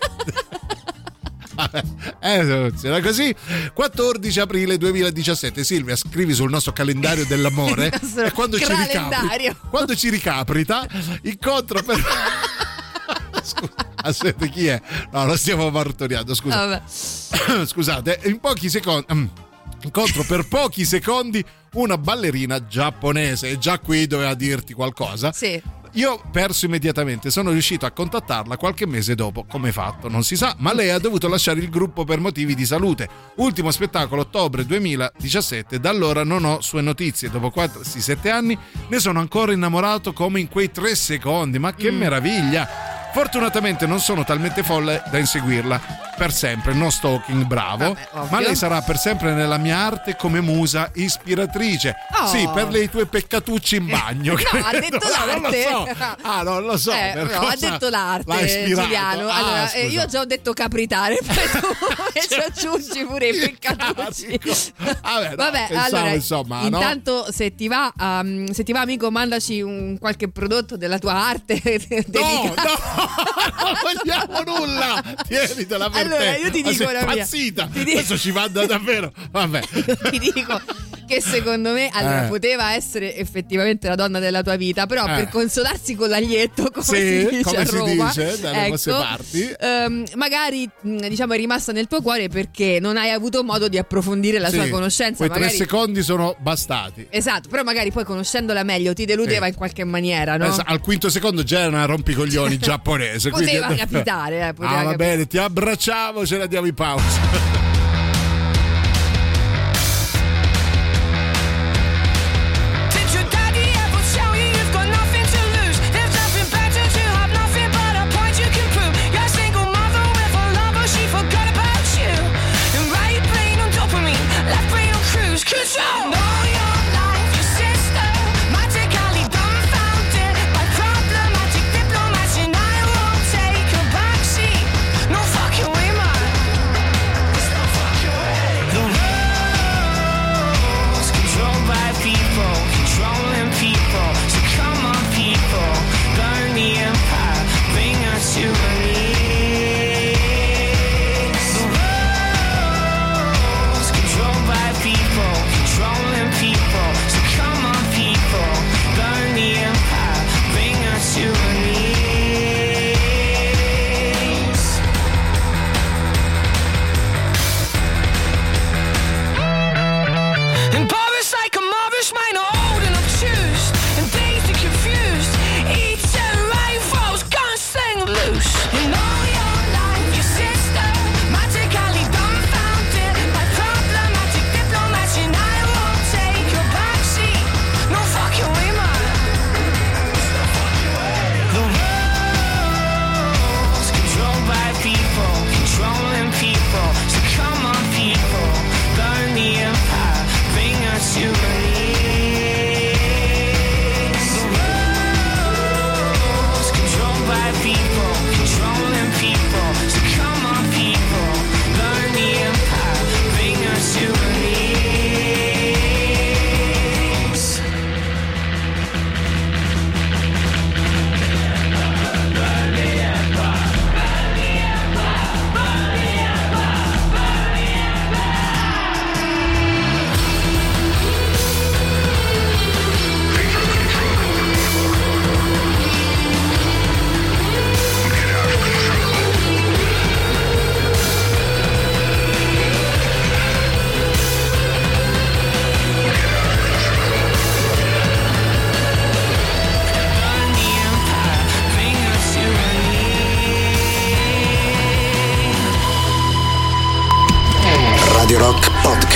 Speaker 3: Eh, era così. quattordici aprile duemiladiciassette. Silvia, scrivi sul nostro calendario dell'amore
Speaker 7: Il nostro
Speaker 3: e quando ci
Speaker 7: calendario.
Speaker 3: ricapri, quando ci ricaprita, incontro per Scusa, aspetta, chi è? No, lo stiamo martoriando, scusa.
Speaker 7: Vabbè.
Speaker 3: Scusate, in pochi secondi incontro per pochi secondi una ballerina giapponese e già qui doveva dirti qualcosa.
Speaker 7: Sì.
Speaker 3: Io ho perso immediatamente, sono riuscito a contattarla qualche mese dopo. Come fatto? Non si sa, ma lei ha dovuto lasciare il gruppo per motivi di salute. Ultimo spettacolo ottobre duemiladiciassette, da allora non ho sue notizie. Dopo quasi sette anni ne sono ancora innamorato come in quei tre secondi. Ma che
Speaker 7: Mm.
Speaker 3: meraviglia! Fortunatamente non sono talmente folle da inseguirla per sempre, no stalking, bravo.
Speaker 7: Vabbè, ovvio.
Speaker 3: Ma lei sarà per sempre nella mia arte come musa ispiratrice.
Speaker 7: Oh.
Speaker 3: Sì, per le tue peccatucci in bagno.
Speaker 7: No, ha detto
Speaker 3: No, non lo
Speaker 7: l'arte.
Speaker 3: so. Ah, non lo so.
Speaker 7: Eh,
Speaker 3: per
Speaker 7: no,
Speaker 3: cosa
Speaker 7: ha detto
Speaker 3: l'ha
Speaker 7: l'arte,
Speaker 3: ispirato?
Speaker 7: Giuliano.
Speaker 3: Ah,
Speaker 7: Allora, eh,
Speaker 3: scusa.
Speaker 7: io già ho detto capritare, poi tu ci aggiungi pure i peccatucci.
Speaker 3: Vabbè, no,
Speaker 7: Vabbè,
Speaker 3: pensavo,
Speaker 7: allora,
Speaker 3: insomma, no?
Speaker 7: intanto se ti va, um, se ti va amico, mandaci un qualche prodotto della tua arte
Speaker 3: No,
Speaker 7: dedicato.
Speaker 3: no, non vogliamo nulla. Tienitela per
Speaker 7: Allora,
Speaker 3: te.
Speaker 7: io ti
Speaker 3: Ma
Speaker 7: dico
Speaker 3: sei
Speaker 7: la mia.
Speaker 3: impazzita.
Speaker 7: Ti dico-
Speaker 3: Questo ci manda davvero. Vabbè.
Speaker 7: Ti dico che secondo me allora
Speaker 3: Eh.
Speaker 7: poteva essere effettivamente la donna della tua vita, però
Speaker 3: Eh.
Speaker 7: per consolarsi con l'aglietto, come
Speaker 3: Sì,
Speaker 7: si dice
Speaker 3: come
Speaker 7: a
Speaker 3: si
Speaker 7: Roma,
Speaker 3: dice dalle
Speaker 7: ecco,
Speaker 3: vostre parti.
Speaker 7: ehm, magari mh, diciamo è rimasta nel tuo cuore perché non hai avuto modo di approfondire la
Speaker 3: Sì,
Speaker 7: sua conoscenza.
Speaker 3: Quei
Speaker 7: Magari...
Speaker 3: tre secondi sono bastati.
Speaker 7: Esatto, però magari poi conoscendola meglio ti deludeva
Speaker 3: Sì.
Speaker 7: in qualche maniera, no?
Speaker 3: Eh, al quinto secondo già era una rompicoglioni giapponese.
Speaker 7: Poteva
Speaker 3: quindi...
Speaker 7: capitare, eh, poteva
Speaker 3: Ah, va
Speaker 7: capitare.
Speaker 3: bene, ti abbracciamo, ce la diamo in pausa.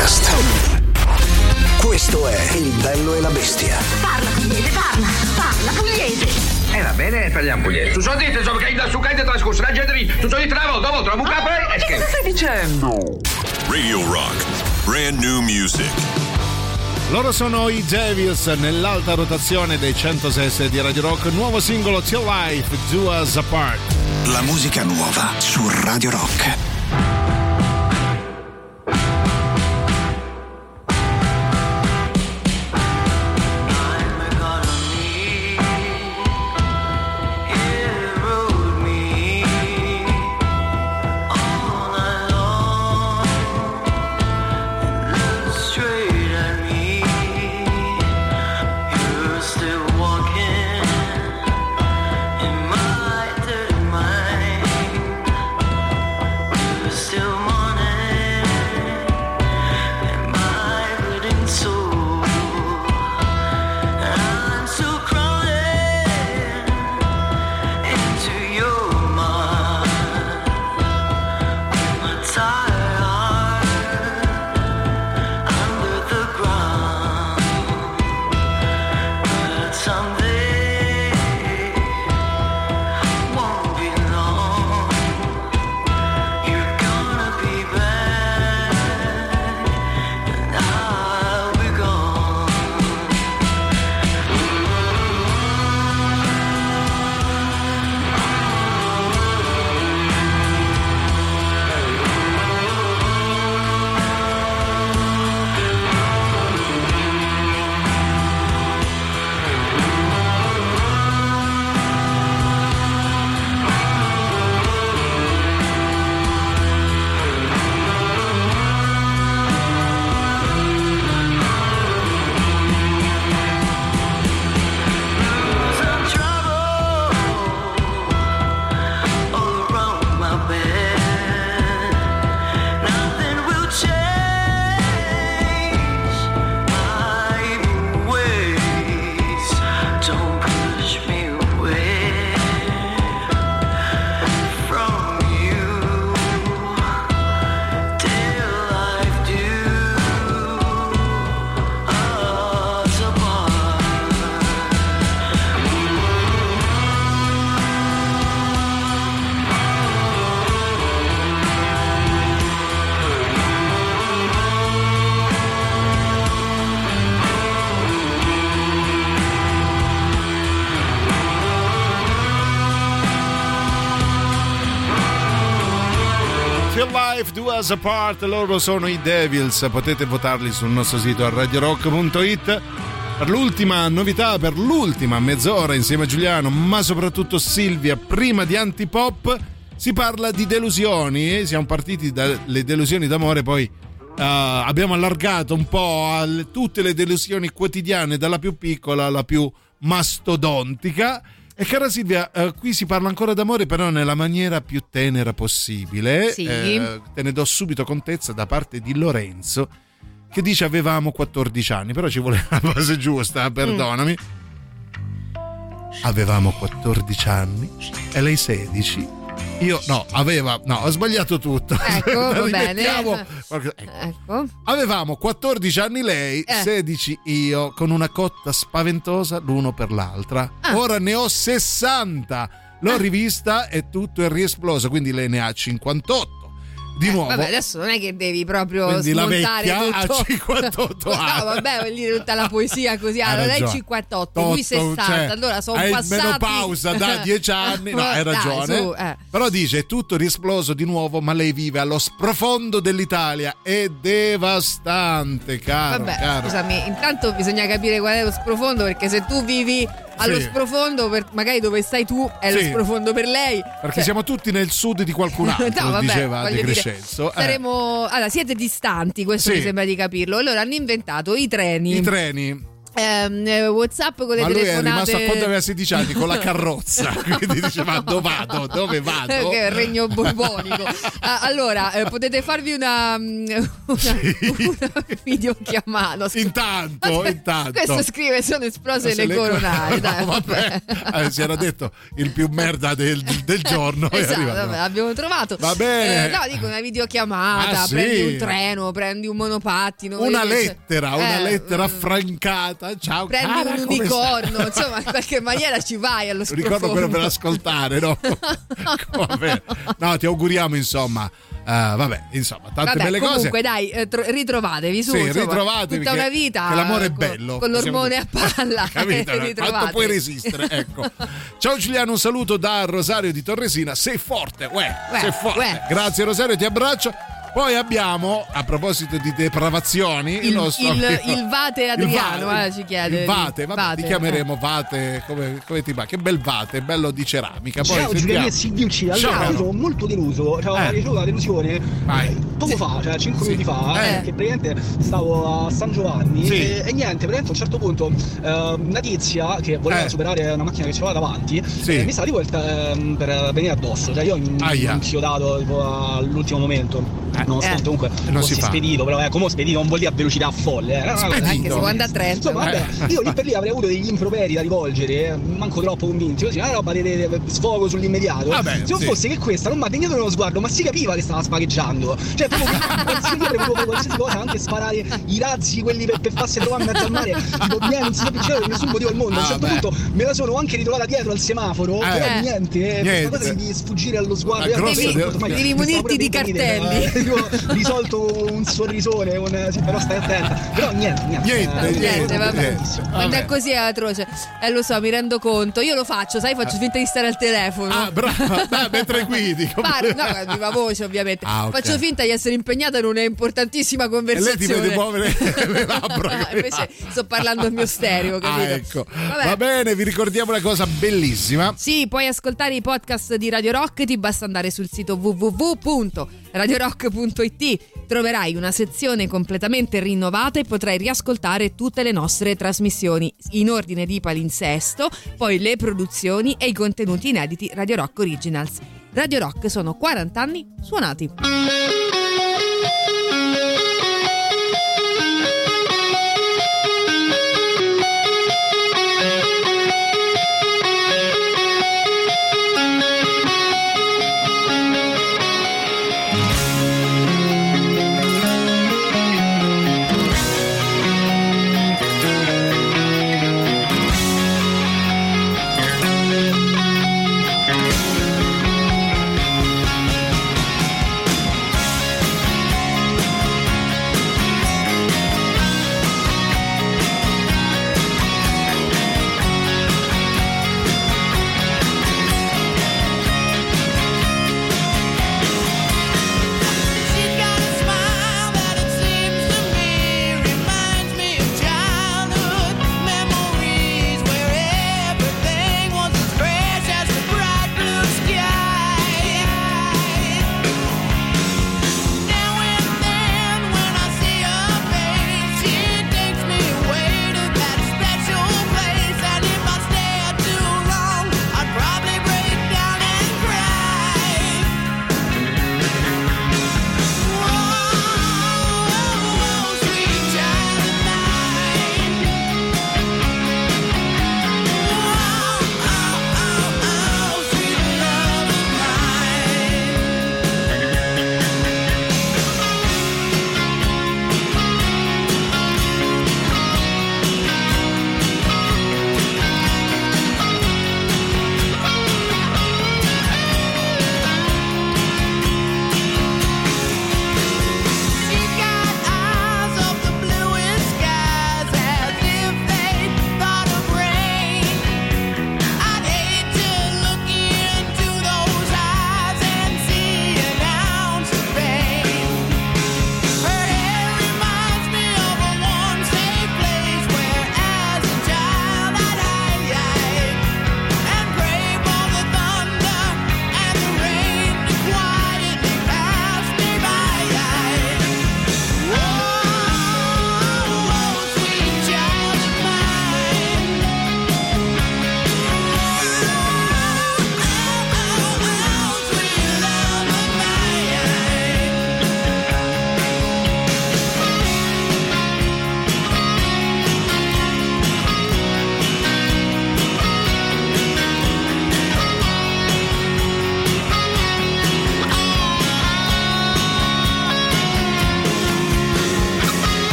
Speaker 1: podcast. Questo è Il bello e la bestia.
Speaker 15: Parla pugliese, parla, parla pugliese.
Speaker 16: Eh va bene, parliamo pugliese. Tu so dite, insomma, che da su cade trascorso la gente lì. Tu so di travo, dopo trovo un capo e
Speaker 15: che cosa stai dicendo?
Speaker 2: Radio Rock, brand new music.
Speaker 3: Loro sono i Devils nell'alta rotazione dei centosei di Radio Rock, nuovo singolo Till Life, Do Us Apart.
Speaker 1: La musica nuova su Radio Rock.
Speaker 3: Do Us Apart, loro sono i Devils, potete votarli sul nostro sito a radio rock punto it per l'ultima novità, per l'ultima mezz'ora insieme a Giuliano, ma soprattutto Silvia. Prima di Antipop si parla di delusioni e siamo partiti dalle delusioni d'amore, poi uh, abbiamo allargato un po' a tutte le delusioni quotidiane, dalla più piccola alla più mastodontica. E cara Silvia, eh, qui si parla ancora d'amore, però nella maniera più tenera possibile.
Speaker 7: Sì.
Speaker 3: Eh, te ne do subito contezza da parte di Lorenzo, che dice avevamo quattordici anni, però ci vuole la base giusta, perdonami. Mm. Avevamo quattordici anni e lei sedici. Io no, aveva, no, ho sbagliato tutto.
Speaker 7: Ecco, va bene.
Speaker 3: Ecco.
Speaker 7: Ecco.
Speaker 3: Avevamo quattordici anni lei,
Speaker 7: eh.
Speaker 3: sedici io, con una cotta spaventosa l'uno per l'altra.
Speaker 7: Ah.
Speaker 3: Ora ne ho sessanta. L'ho
Speaker 7: ah.
Speaker 3: rivista e tutto è riesploso, quindi lei ne ha cinquantotto. Di
Speaker 7: eh,
Speaker 3: nuovo.
Speaker 7: Vabbè, adesso non è che devi proprio
Speaker 3: quindi la
Speaker 7: smontare
Speaker 3: vecchia
Speaker 7: tutto.
Speaker 3: ha cinquantotto anni.
Speaker 7: No, vabbè, vuol dire tutta la poesia così. Allora lei cinquantotto, lui sessanta.
Speaker 3: Cioè,
Speaker 7: allora sono
Speaker 3: hai
Speaker 7: passati
Speaker 3: menopausa da dieci anni. No, hai
Speaker 7: Dai,
Speaker 3: ragione.
Speaker 7: su, eh.
Speaker 3: Però dice è tutto riesploso di nuovo, ma lei vive allo sprofondo dell'Italia. È devastante, caro.
Speaker 7: Vabbè,
Speaker 3: caro.
Speaker 7: scusami, intanto bisogna capire qual è lo sprofondo, perché se tu vivi allo
Speaker 3: sì.
Speaker 7: sprofondo, per, magari dove stai tu è
Speaker 3: sì.
Speaker 7: lo sprofondo per lei.
Speaker 3: Perché
Speaker 7: cioè...
Speaker 3: siamo tutti nel sud di qualcun altro,
Speaker 7: no, vabbè,
Speaker 3: diceva De
Speaker 7: dire,
Speaker 3: Crescenzo.
Speaker 7: Saremo... Allora, siete distanti, questo
Speaker 3: sì.
Speaker 7: mi sembra di capirlo. Allora hanno inventato i treni.
Speaker 3: I treni.
Speaker 7: ehm, eh, WhatsApp con le
Speaker 3: Ma lui è
Speaker 7: telefonate.
Speaker 3: rimasto a quando aveva sedici anni con la carrozza, quindi dice ma dove vado? Dove vado?
Speaker 7: Che è il regno borbonico. Ah, allora, eh, potete farvi una, una, una videochiamata. No, scusa.
Speaker 3: Intanto, intanto.
Speaker 7: Questo scrive sono esplose le,
Speaker 3: le
Speaker 7: coronare.
Speaker 3: no,
Speaker 7: Dai,
Speaker 3: vabbè. Eh, si era detto il più merda del, del giorno. è
Speaker 7: Esatto,
Speaker 3: arrivato.
Speaker 7: vabbè, abbiamo trovato.
Speaker 3: Va bene.
Speaker 7: Eh, no, dico una videochiamata,
Speaker 3: Ah, sì.
Speaker 7: prendi un treno, prendi un monopattino.
Speaker 3: Una
Speaker 7: vedi che c'è-
Speaker 3: lettera, una
Speaker 7: Eh,
Speaker 3: lettera affrancata. Ciao,
Speaker 7: prendi
Speaker 3: cara,
Speaker 7: un
Speaker 3: come
Speaker 7: unicorno,
Speaker 3: stai?
Speaker 7: insomma, in qualche maniera ci vai allo
Speaker 3: Lo ricordo
Speaker 7: sprofondo.
Speaker 3: per, per ascoltare, no? Vabbè. No, ti auguriamo, insomma. eh, vabbè, insomma, tante
Speaker 7: Vabbè,
Speaker 3: belle
Speaker 7: comunque
Speaker 3: cose.
Speaker 7: dai, eh, tro- ritrovatevi su,
Speaker 3: Sì,
Speaker 7: insomma,
Speaker 3: ritrovatevi
Speaker 7: tutta
Speaker 3: che-
Speaker 7: una vita
Speaker 3: che l'amore è
Speaker 7: con-
Speaker 3: bello,
Speaker 7: con
Speaker 3: possiamo
Speaker 7: l'ormone
Speaker 3: dire.
Speaker 7: a palla.
Speaker 3: Capito?
Speaker 7: eh,
Speaker 3: Quanto
Speaker 7: ritrovatevi.
Speaker 3: puoi resistere? Ecco. Ciao Giuliano, un saluto da Rosario di Torresina. Sei forte, uè,
Speaker 7: Uè,
Speaker 3: sei forte.
Speaker 7: uè.
Speaker 3: Grazie Rosario, ti abbraccio. Poi abbiamo, a proposito di depravazioni, il,
Speaker 7: Il,
Speaker 3: nostro
Speaker 7: il,
Speaker 3: amico-
Speaker 7: il Vate Adriano,
Speaker 3: Vate,
Speaker 7: eh, ci chiede.
Speaker 3: il Vate, vabbè,
Speaker 7: Vate,
Speaker 3: ti chiameremo Vate, come, come ti va? Che bel Vate, bello di ceramica. Poi
Speaker 10: Ciao
Speaker 3: sentiamo.
Speaker 10: Giuliano e Silviucci, allora
Speaker 3: Ciao.
Speaker 10: io sono molto deluso, cioè, ho
Speaker 3: Eh.
Speaker 10: ricevuto una delusione
Speaker 3: Vai.
Speaker 10: poco fa, cioè cinque
Speaker 3: Sì.
Speaker 10: minuti fa,
Speaker 3: Eh.
Speaker 10: eh, che praticamente stavo a San Giovanni
Speaker 3: Sì.
Speaker 10: e, e niente, praticamente a un certo punto eh, una tizia che voleva
Speaker 3: Eh.
Speaker 10: superare una macchina che c'era davanti
Speaker 3: Sì.
Speaker 10: eh, mi stava di volta ehm, per venire addosso, cioè io mi
Speaker 3: Aia.
Speaker 10: mi chiodato tipo, all'ultimo momento, nonostante
Speaker 7: Eh.
Speaker 10: comunque
Speaker 3: non si
Speaker 10: fossi
Speaker 3: fa.
Speaker 10: spedito, però eh, come spedito non vuol dire a velocità a folle, eh, era una cosa-
Speaker 3: Spedito.
Speaker 7: Anche se vuoi andare a Trento.
Speaker 10: Insomma, vabbè,
Speaker 3: Eh.
Speaker 10: io lì per lì avrei avuto degli improperi da rivolgere, eh, manco troppo convinti, così una roba di, di- di sfogo sull'immediato.
Speaker 3: Vabbè,
Speaker 10: Se non
Speaker 3: sì.
Speaker 10: fosse che questa non mi ha degnato nello sguardo, ma si capiva che stava spagheggiando. Cioè, proprio che qualsiasi, io avrei potuto fare qualsiasi cosa, anche sparare i razzi, quelli per, per farsi trovare in mezzo al mare, tipo vieni, non si capisce per nessun motivo al mondo. A un certo
Speaker 3: Ah, beh.
Speaker 10: punto me la sono anche ritrovata dietro al semaforo,
Speaker 3: Eh.
Speaker 10: però niente, eh,
Speaker 3: Niente.
Speaker 10: questa cosa di sfuggire allo sguardo.
Speaker 3: La
Speaker 10: io
Speaker 3: grossa
Speaker 10: ormai-
Speaker 3: del-
Speaker 10: ormai
Speaker 7: Devi
Speaker 10: mi stavo
Speaker 7: munirti
Speaker 10: pure
Speaker 7: di
Speaker 10: per venire,
Speaker 7: cartelli.
Speaker 10: eh, tipo, risolto un sorrisone, un, sì, però stai attenta. Però niente, niente.
Speaker 3: Niente,
Speaker 10: eh,
Speaker 7: Niente, vabbè.
Speaker 3: niente.
Speaker 7: Quando
Speaker 3: Vabbè.
Speaker 7: è così è atroce. Eh, lo so, mi rendo conto. Io lo faccio, sai, faccio finta di stare al telefono.
Speaker 3: Ah, brava, dai, mentre guidi.
Speaker 7: Parlo, no, a viva voce ovviamente.
Speaker 3: Ah, ok.
Speaker 7: Faccio finta di essere impegnata in una importantissima
Speaker 3: E lei ti
Speaker 7: conversazione.
Speaker 3: vede muovere le labbra.
Speaker 7: Ah, invece sto parlando al mio stereo, capito?
Speaker 3: Ah, ecco.
Speaker 7: Vabbè.
Speaker 3: Va bene, vi ricordiamo una cosa bellissima.
Speaker 7: Sì, puoi ascoltare i podcast di Radio Rock, ti basta andare sul sito w w w punto radio rock punto i t. Troverai una sezione completamente rinnovata e potrai riascoltare tutte le nostre trasmissioni in ordine di palinsesto, poi le produzioni e i contenuti inediti Radio Rock Originals. Radio Rock sono quaranta anni suonati.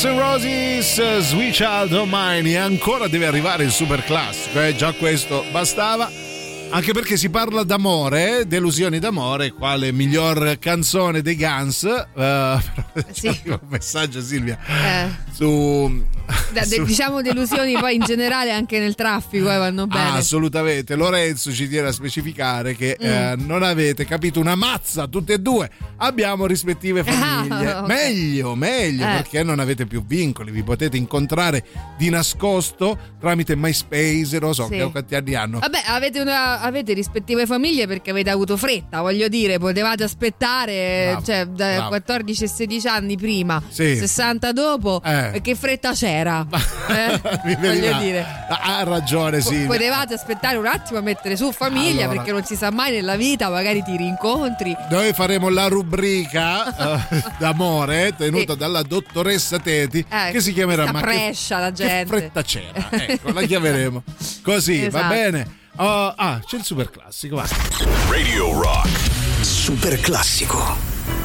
Speaker 3: Guns N' Roses, Sweet Child O' Mine, e ancora deve arrivare il super classico, eh? Già questo bastava. Anche perché si parla d'amore, delusioni d'amore, quale miglior canzone dei Guns. Uh,
Speaker 7: sì.
Speaker 3: Un messaggio, Silvia,
Speaker 7: eh.
Speaker 3: su,
Speaker 7: da, de,
Speaker 3: su...
Speaker 7: diciamo delusioni poi in generale anche nel traffico, eh, vanno bene.
Speaker 3: Ah, assolutamente. Lorenzo ci tiene a specificare che mm. eh, non avete capito una mazza tutte e due, abbiamo rispettive famiglie.
Speaker 7: Ah, okay.
Speaker 3: Meglio, meglio, eh. perché non avete più vincoli, vi potete incontrare di nascosto tramite MySpace, non so,
Speaker 7: sì.
Speaker 3: che quanti anni hanno.
Speaker 7: Vabbè, avete una avete rispettive famiglie perché avete avuto fretta, voglio dire, potevate aspettare, bravo, cioè da bravo. quattordici e sedici anni prima,
Speaker 3: sì.
Speaker 7: sessanta dopo,
Speaker 3: eh.
Speaker 7: che fretta c'era, eh? voglio dire,
Speaker 3: ha ragione, sì.
Speaker 7: Potevate aspettare un attimo a mettere su famiglia, allora, perché non si sa mai nella vita, magari ti rincontri.
Speaker 3: Noi faremo la rubrica uh, d'amore tenuta sì. dalla dottoressa Teti, eh, che si chiamerà
Speaker 7: Ma Prescia che, la gente.
Speaker 3: Che fretta c'era, ecco, la chiameremo così, esatto. Va bene. Uh, ah, c'è il super classico, va.
Speaker 2: Radio Rock.
Speaker 1: Super classico.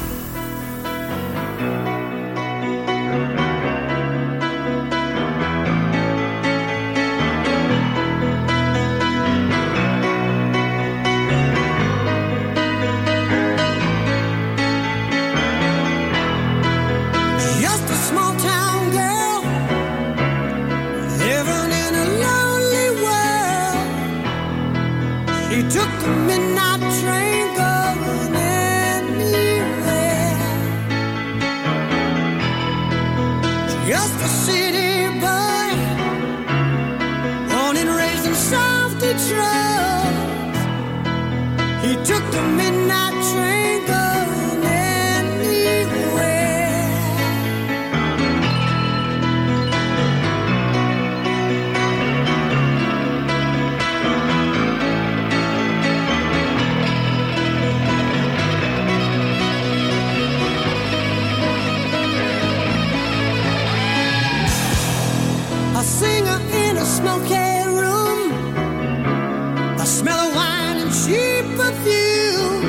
Speaker 4: Just a small town girl living in a lonely world. She took the midnight train going anywhere. Just a city boy, born and raised in South Detroit. He took the midnight train going anywhere. A singer in a smoky room, the smell of wine and cheap perfume.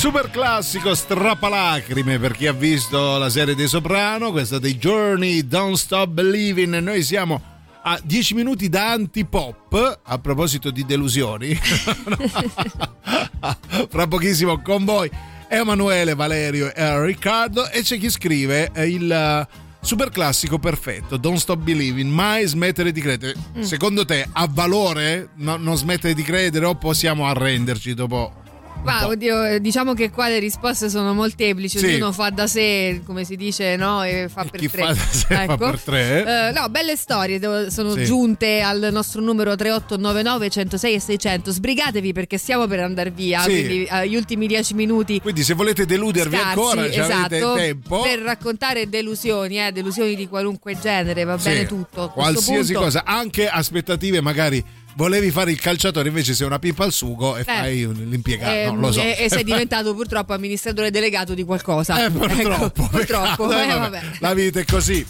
Speaker 3: Super classico strappalacrime per chi ha visto la serie dei Soprano, questa dei Journey, Don't Stop Believing. Noi siamo a dieci minuti da antipop, a proposito di delusioni. Fra pochissimo con voi Emanuele, Valerio e Riccardo, e c'è chi scrive il super classico perfetto, Don't Stop Believing, mai smettere di credere. Mm. Secondo te ha valore no, non smettere di credere o possiamo arrenderci dopo?
Speaker 7: Ma oddio, diciamo che qua le risposte sono molteplici,
Speaker 3: sì.
Speaker 7: Ognuno fa da sé, come si dice, no? E fa
Speaker 3: e
Speaker 7: per
Speaker 3: chi
Speaker 7: tre.
Speaker 3: Fa da sé
Speaker 7: ecco.
Speaker 3: fa per tre.
Speaker 7: Uh, no, belle storie sono
Speaker 3: sì.
Speaker 7: giunte al nostro numero tre otto nove nove uno zero sei e seicento. Sbrigatevi perché stiamo per andare via,
Speaker 3: sì.
Speaker 7: quindi uh, gli ultimi dieci minuti.
Speaker 3: Quindi se volete deludervi
Speaker 7: scarsi,
Speaker 3: ancora,
Speaker 7: esatto,
Speaker 3: avete tempo
Speaker 7: per raccontare delusioni, eh, delusioni di qualunque genere, va
Speaker 3: sì.
Speaker 7: bene tutto. A
Speaker 3: qualsiasi
Speaker 7: punto,
Speaker 3: cosa, anche aspettative magari. Volevi fare il calciatore, invece sei una pipa al sugo e eh, fai l'impiegato,
Speaker 7: eh,
Speaker 3: non lo so.
Speaker 7: E, e sei diventato purtroppo amministratore delegato di qualcosa.
Speaker 3: Eh, purtroppo.
Speaker 7: Ecco, purtroppo.
Speaker 3: Eh,
Speaker 7: eh,
Speaker 3: vabbè,
Speaker 7: vabbè.
Speaker 3: la vita è così.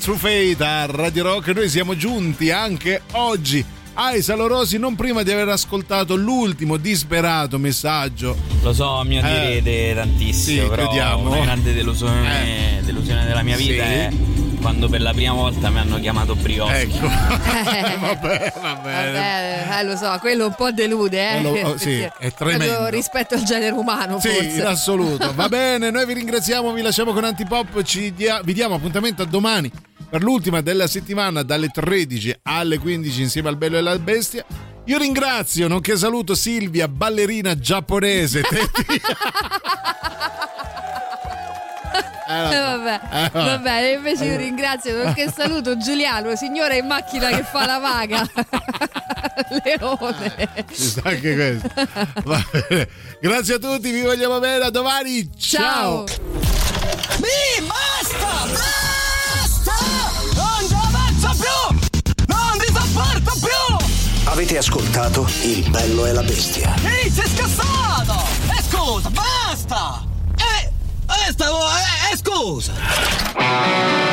Speaker 3: True Fate a Radio Rock. Noi siamo giunti anche oggi ai Salorosi, non prima di aver ascoltato l'ultimo disperato messaggio.
Speaker 17: Lo so, mi odierete eh, tantissimo,
Speaker 3: sì,
Speaker 17: però
Speaker 3: crediamo.
Speaker 17: Una grande delusione, eh. delusione della mia vita sì. è quando per la prima volta mi hanno chiamato Brioche.
Speaker 3: Ecco.
Speaker 7: Eh,
Speaker 3: vabbè, va bene.
Speaker 7: Vabbè, eh, lo so, quello un po' delude, eh.
Speaker 3: Lo, oh, sì, è tremendo.
Speaker 7: Rispetto al genere umano,
Speaker 3: sì,
Speaker 7: forse.
Speaker 3: in assoluto. Va bene, noi vi ringraziamo, vi lasciamo con Antipop, ci dia, vi diamo appuntamento a domani per l'ultima della settimana dalle tredici alle quindici insieme al Bello e la Bestia. Io ringrazio, nonché saluto Silvia, ballerina giapponese.
Speaker 7: Eh, vabbè,
Speaker 3: eh,
Speaker 7: va bene, invece io ringrazio perché saluto Giuliano, signore in macchina che fa la vaga. Leone.
Speaker 3: Ci sta anche questo. Va bene. Grazie a tutti, vi vogliamo bene, a domani. Ciao.
Speaker 4: Mi basta! Basta! Non ci avanzo più! Non ti sopporto più!
Speaker 1: Avete ascoltato Il Bello e la Bestia?
Speaker 4: Ehi, sei scassato! E eh, scusa, basta! Eh, eh, stavo, eh, eh scusa!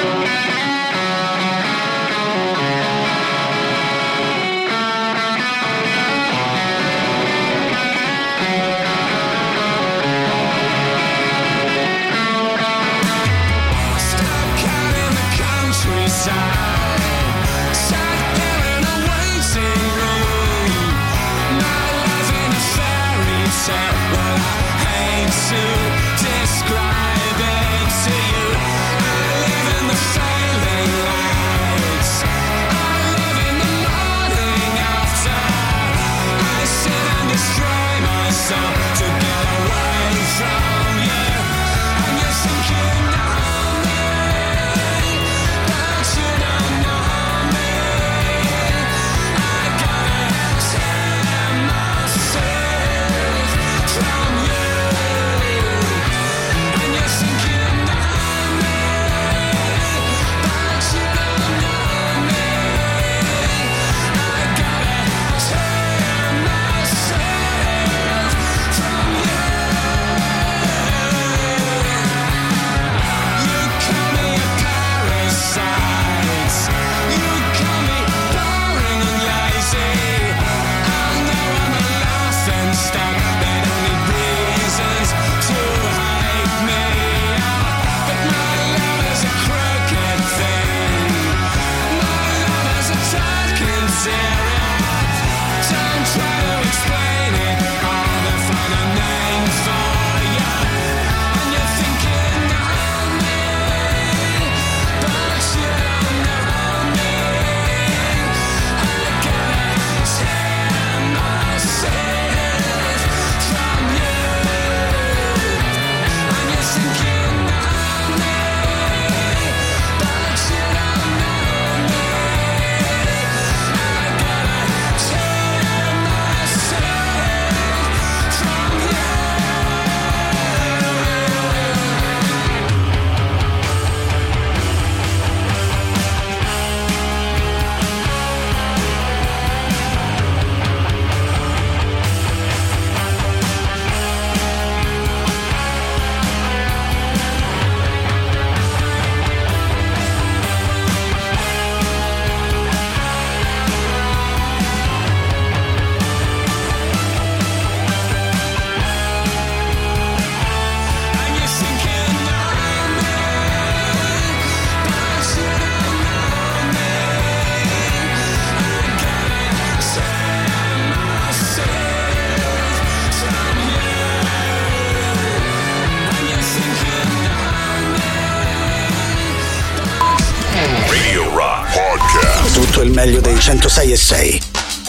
Speaker 1: Tutto il meglio dei centosei e sei.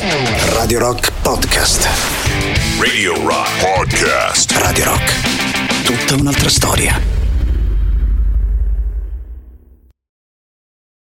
Speaker 1: Radio Rock Podcast.
Speaker 2: Radio Rock Podcast.
Speaker 1: Radio Rock. Tutta un'altra storia.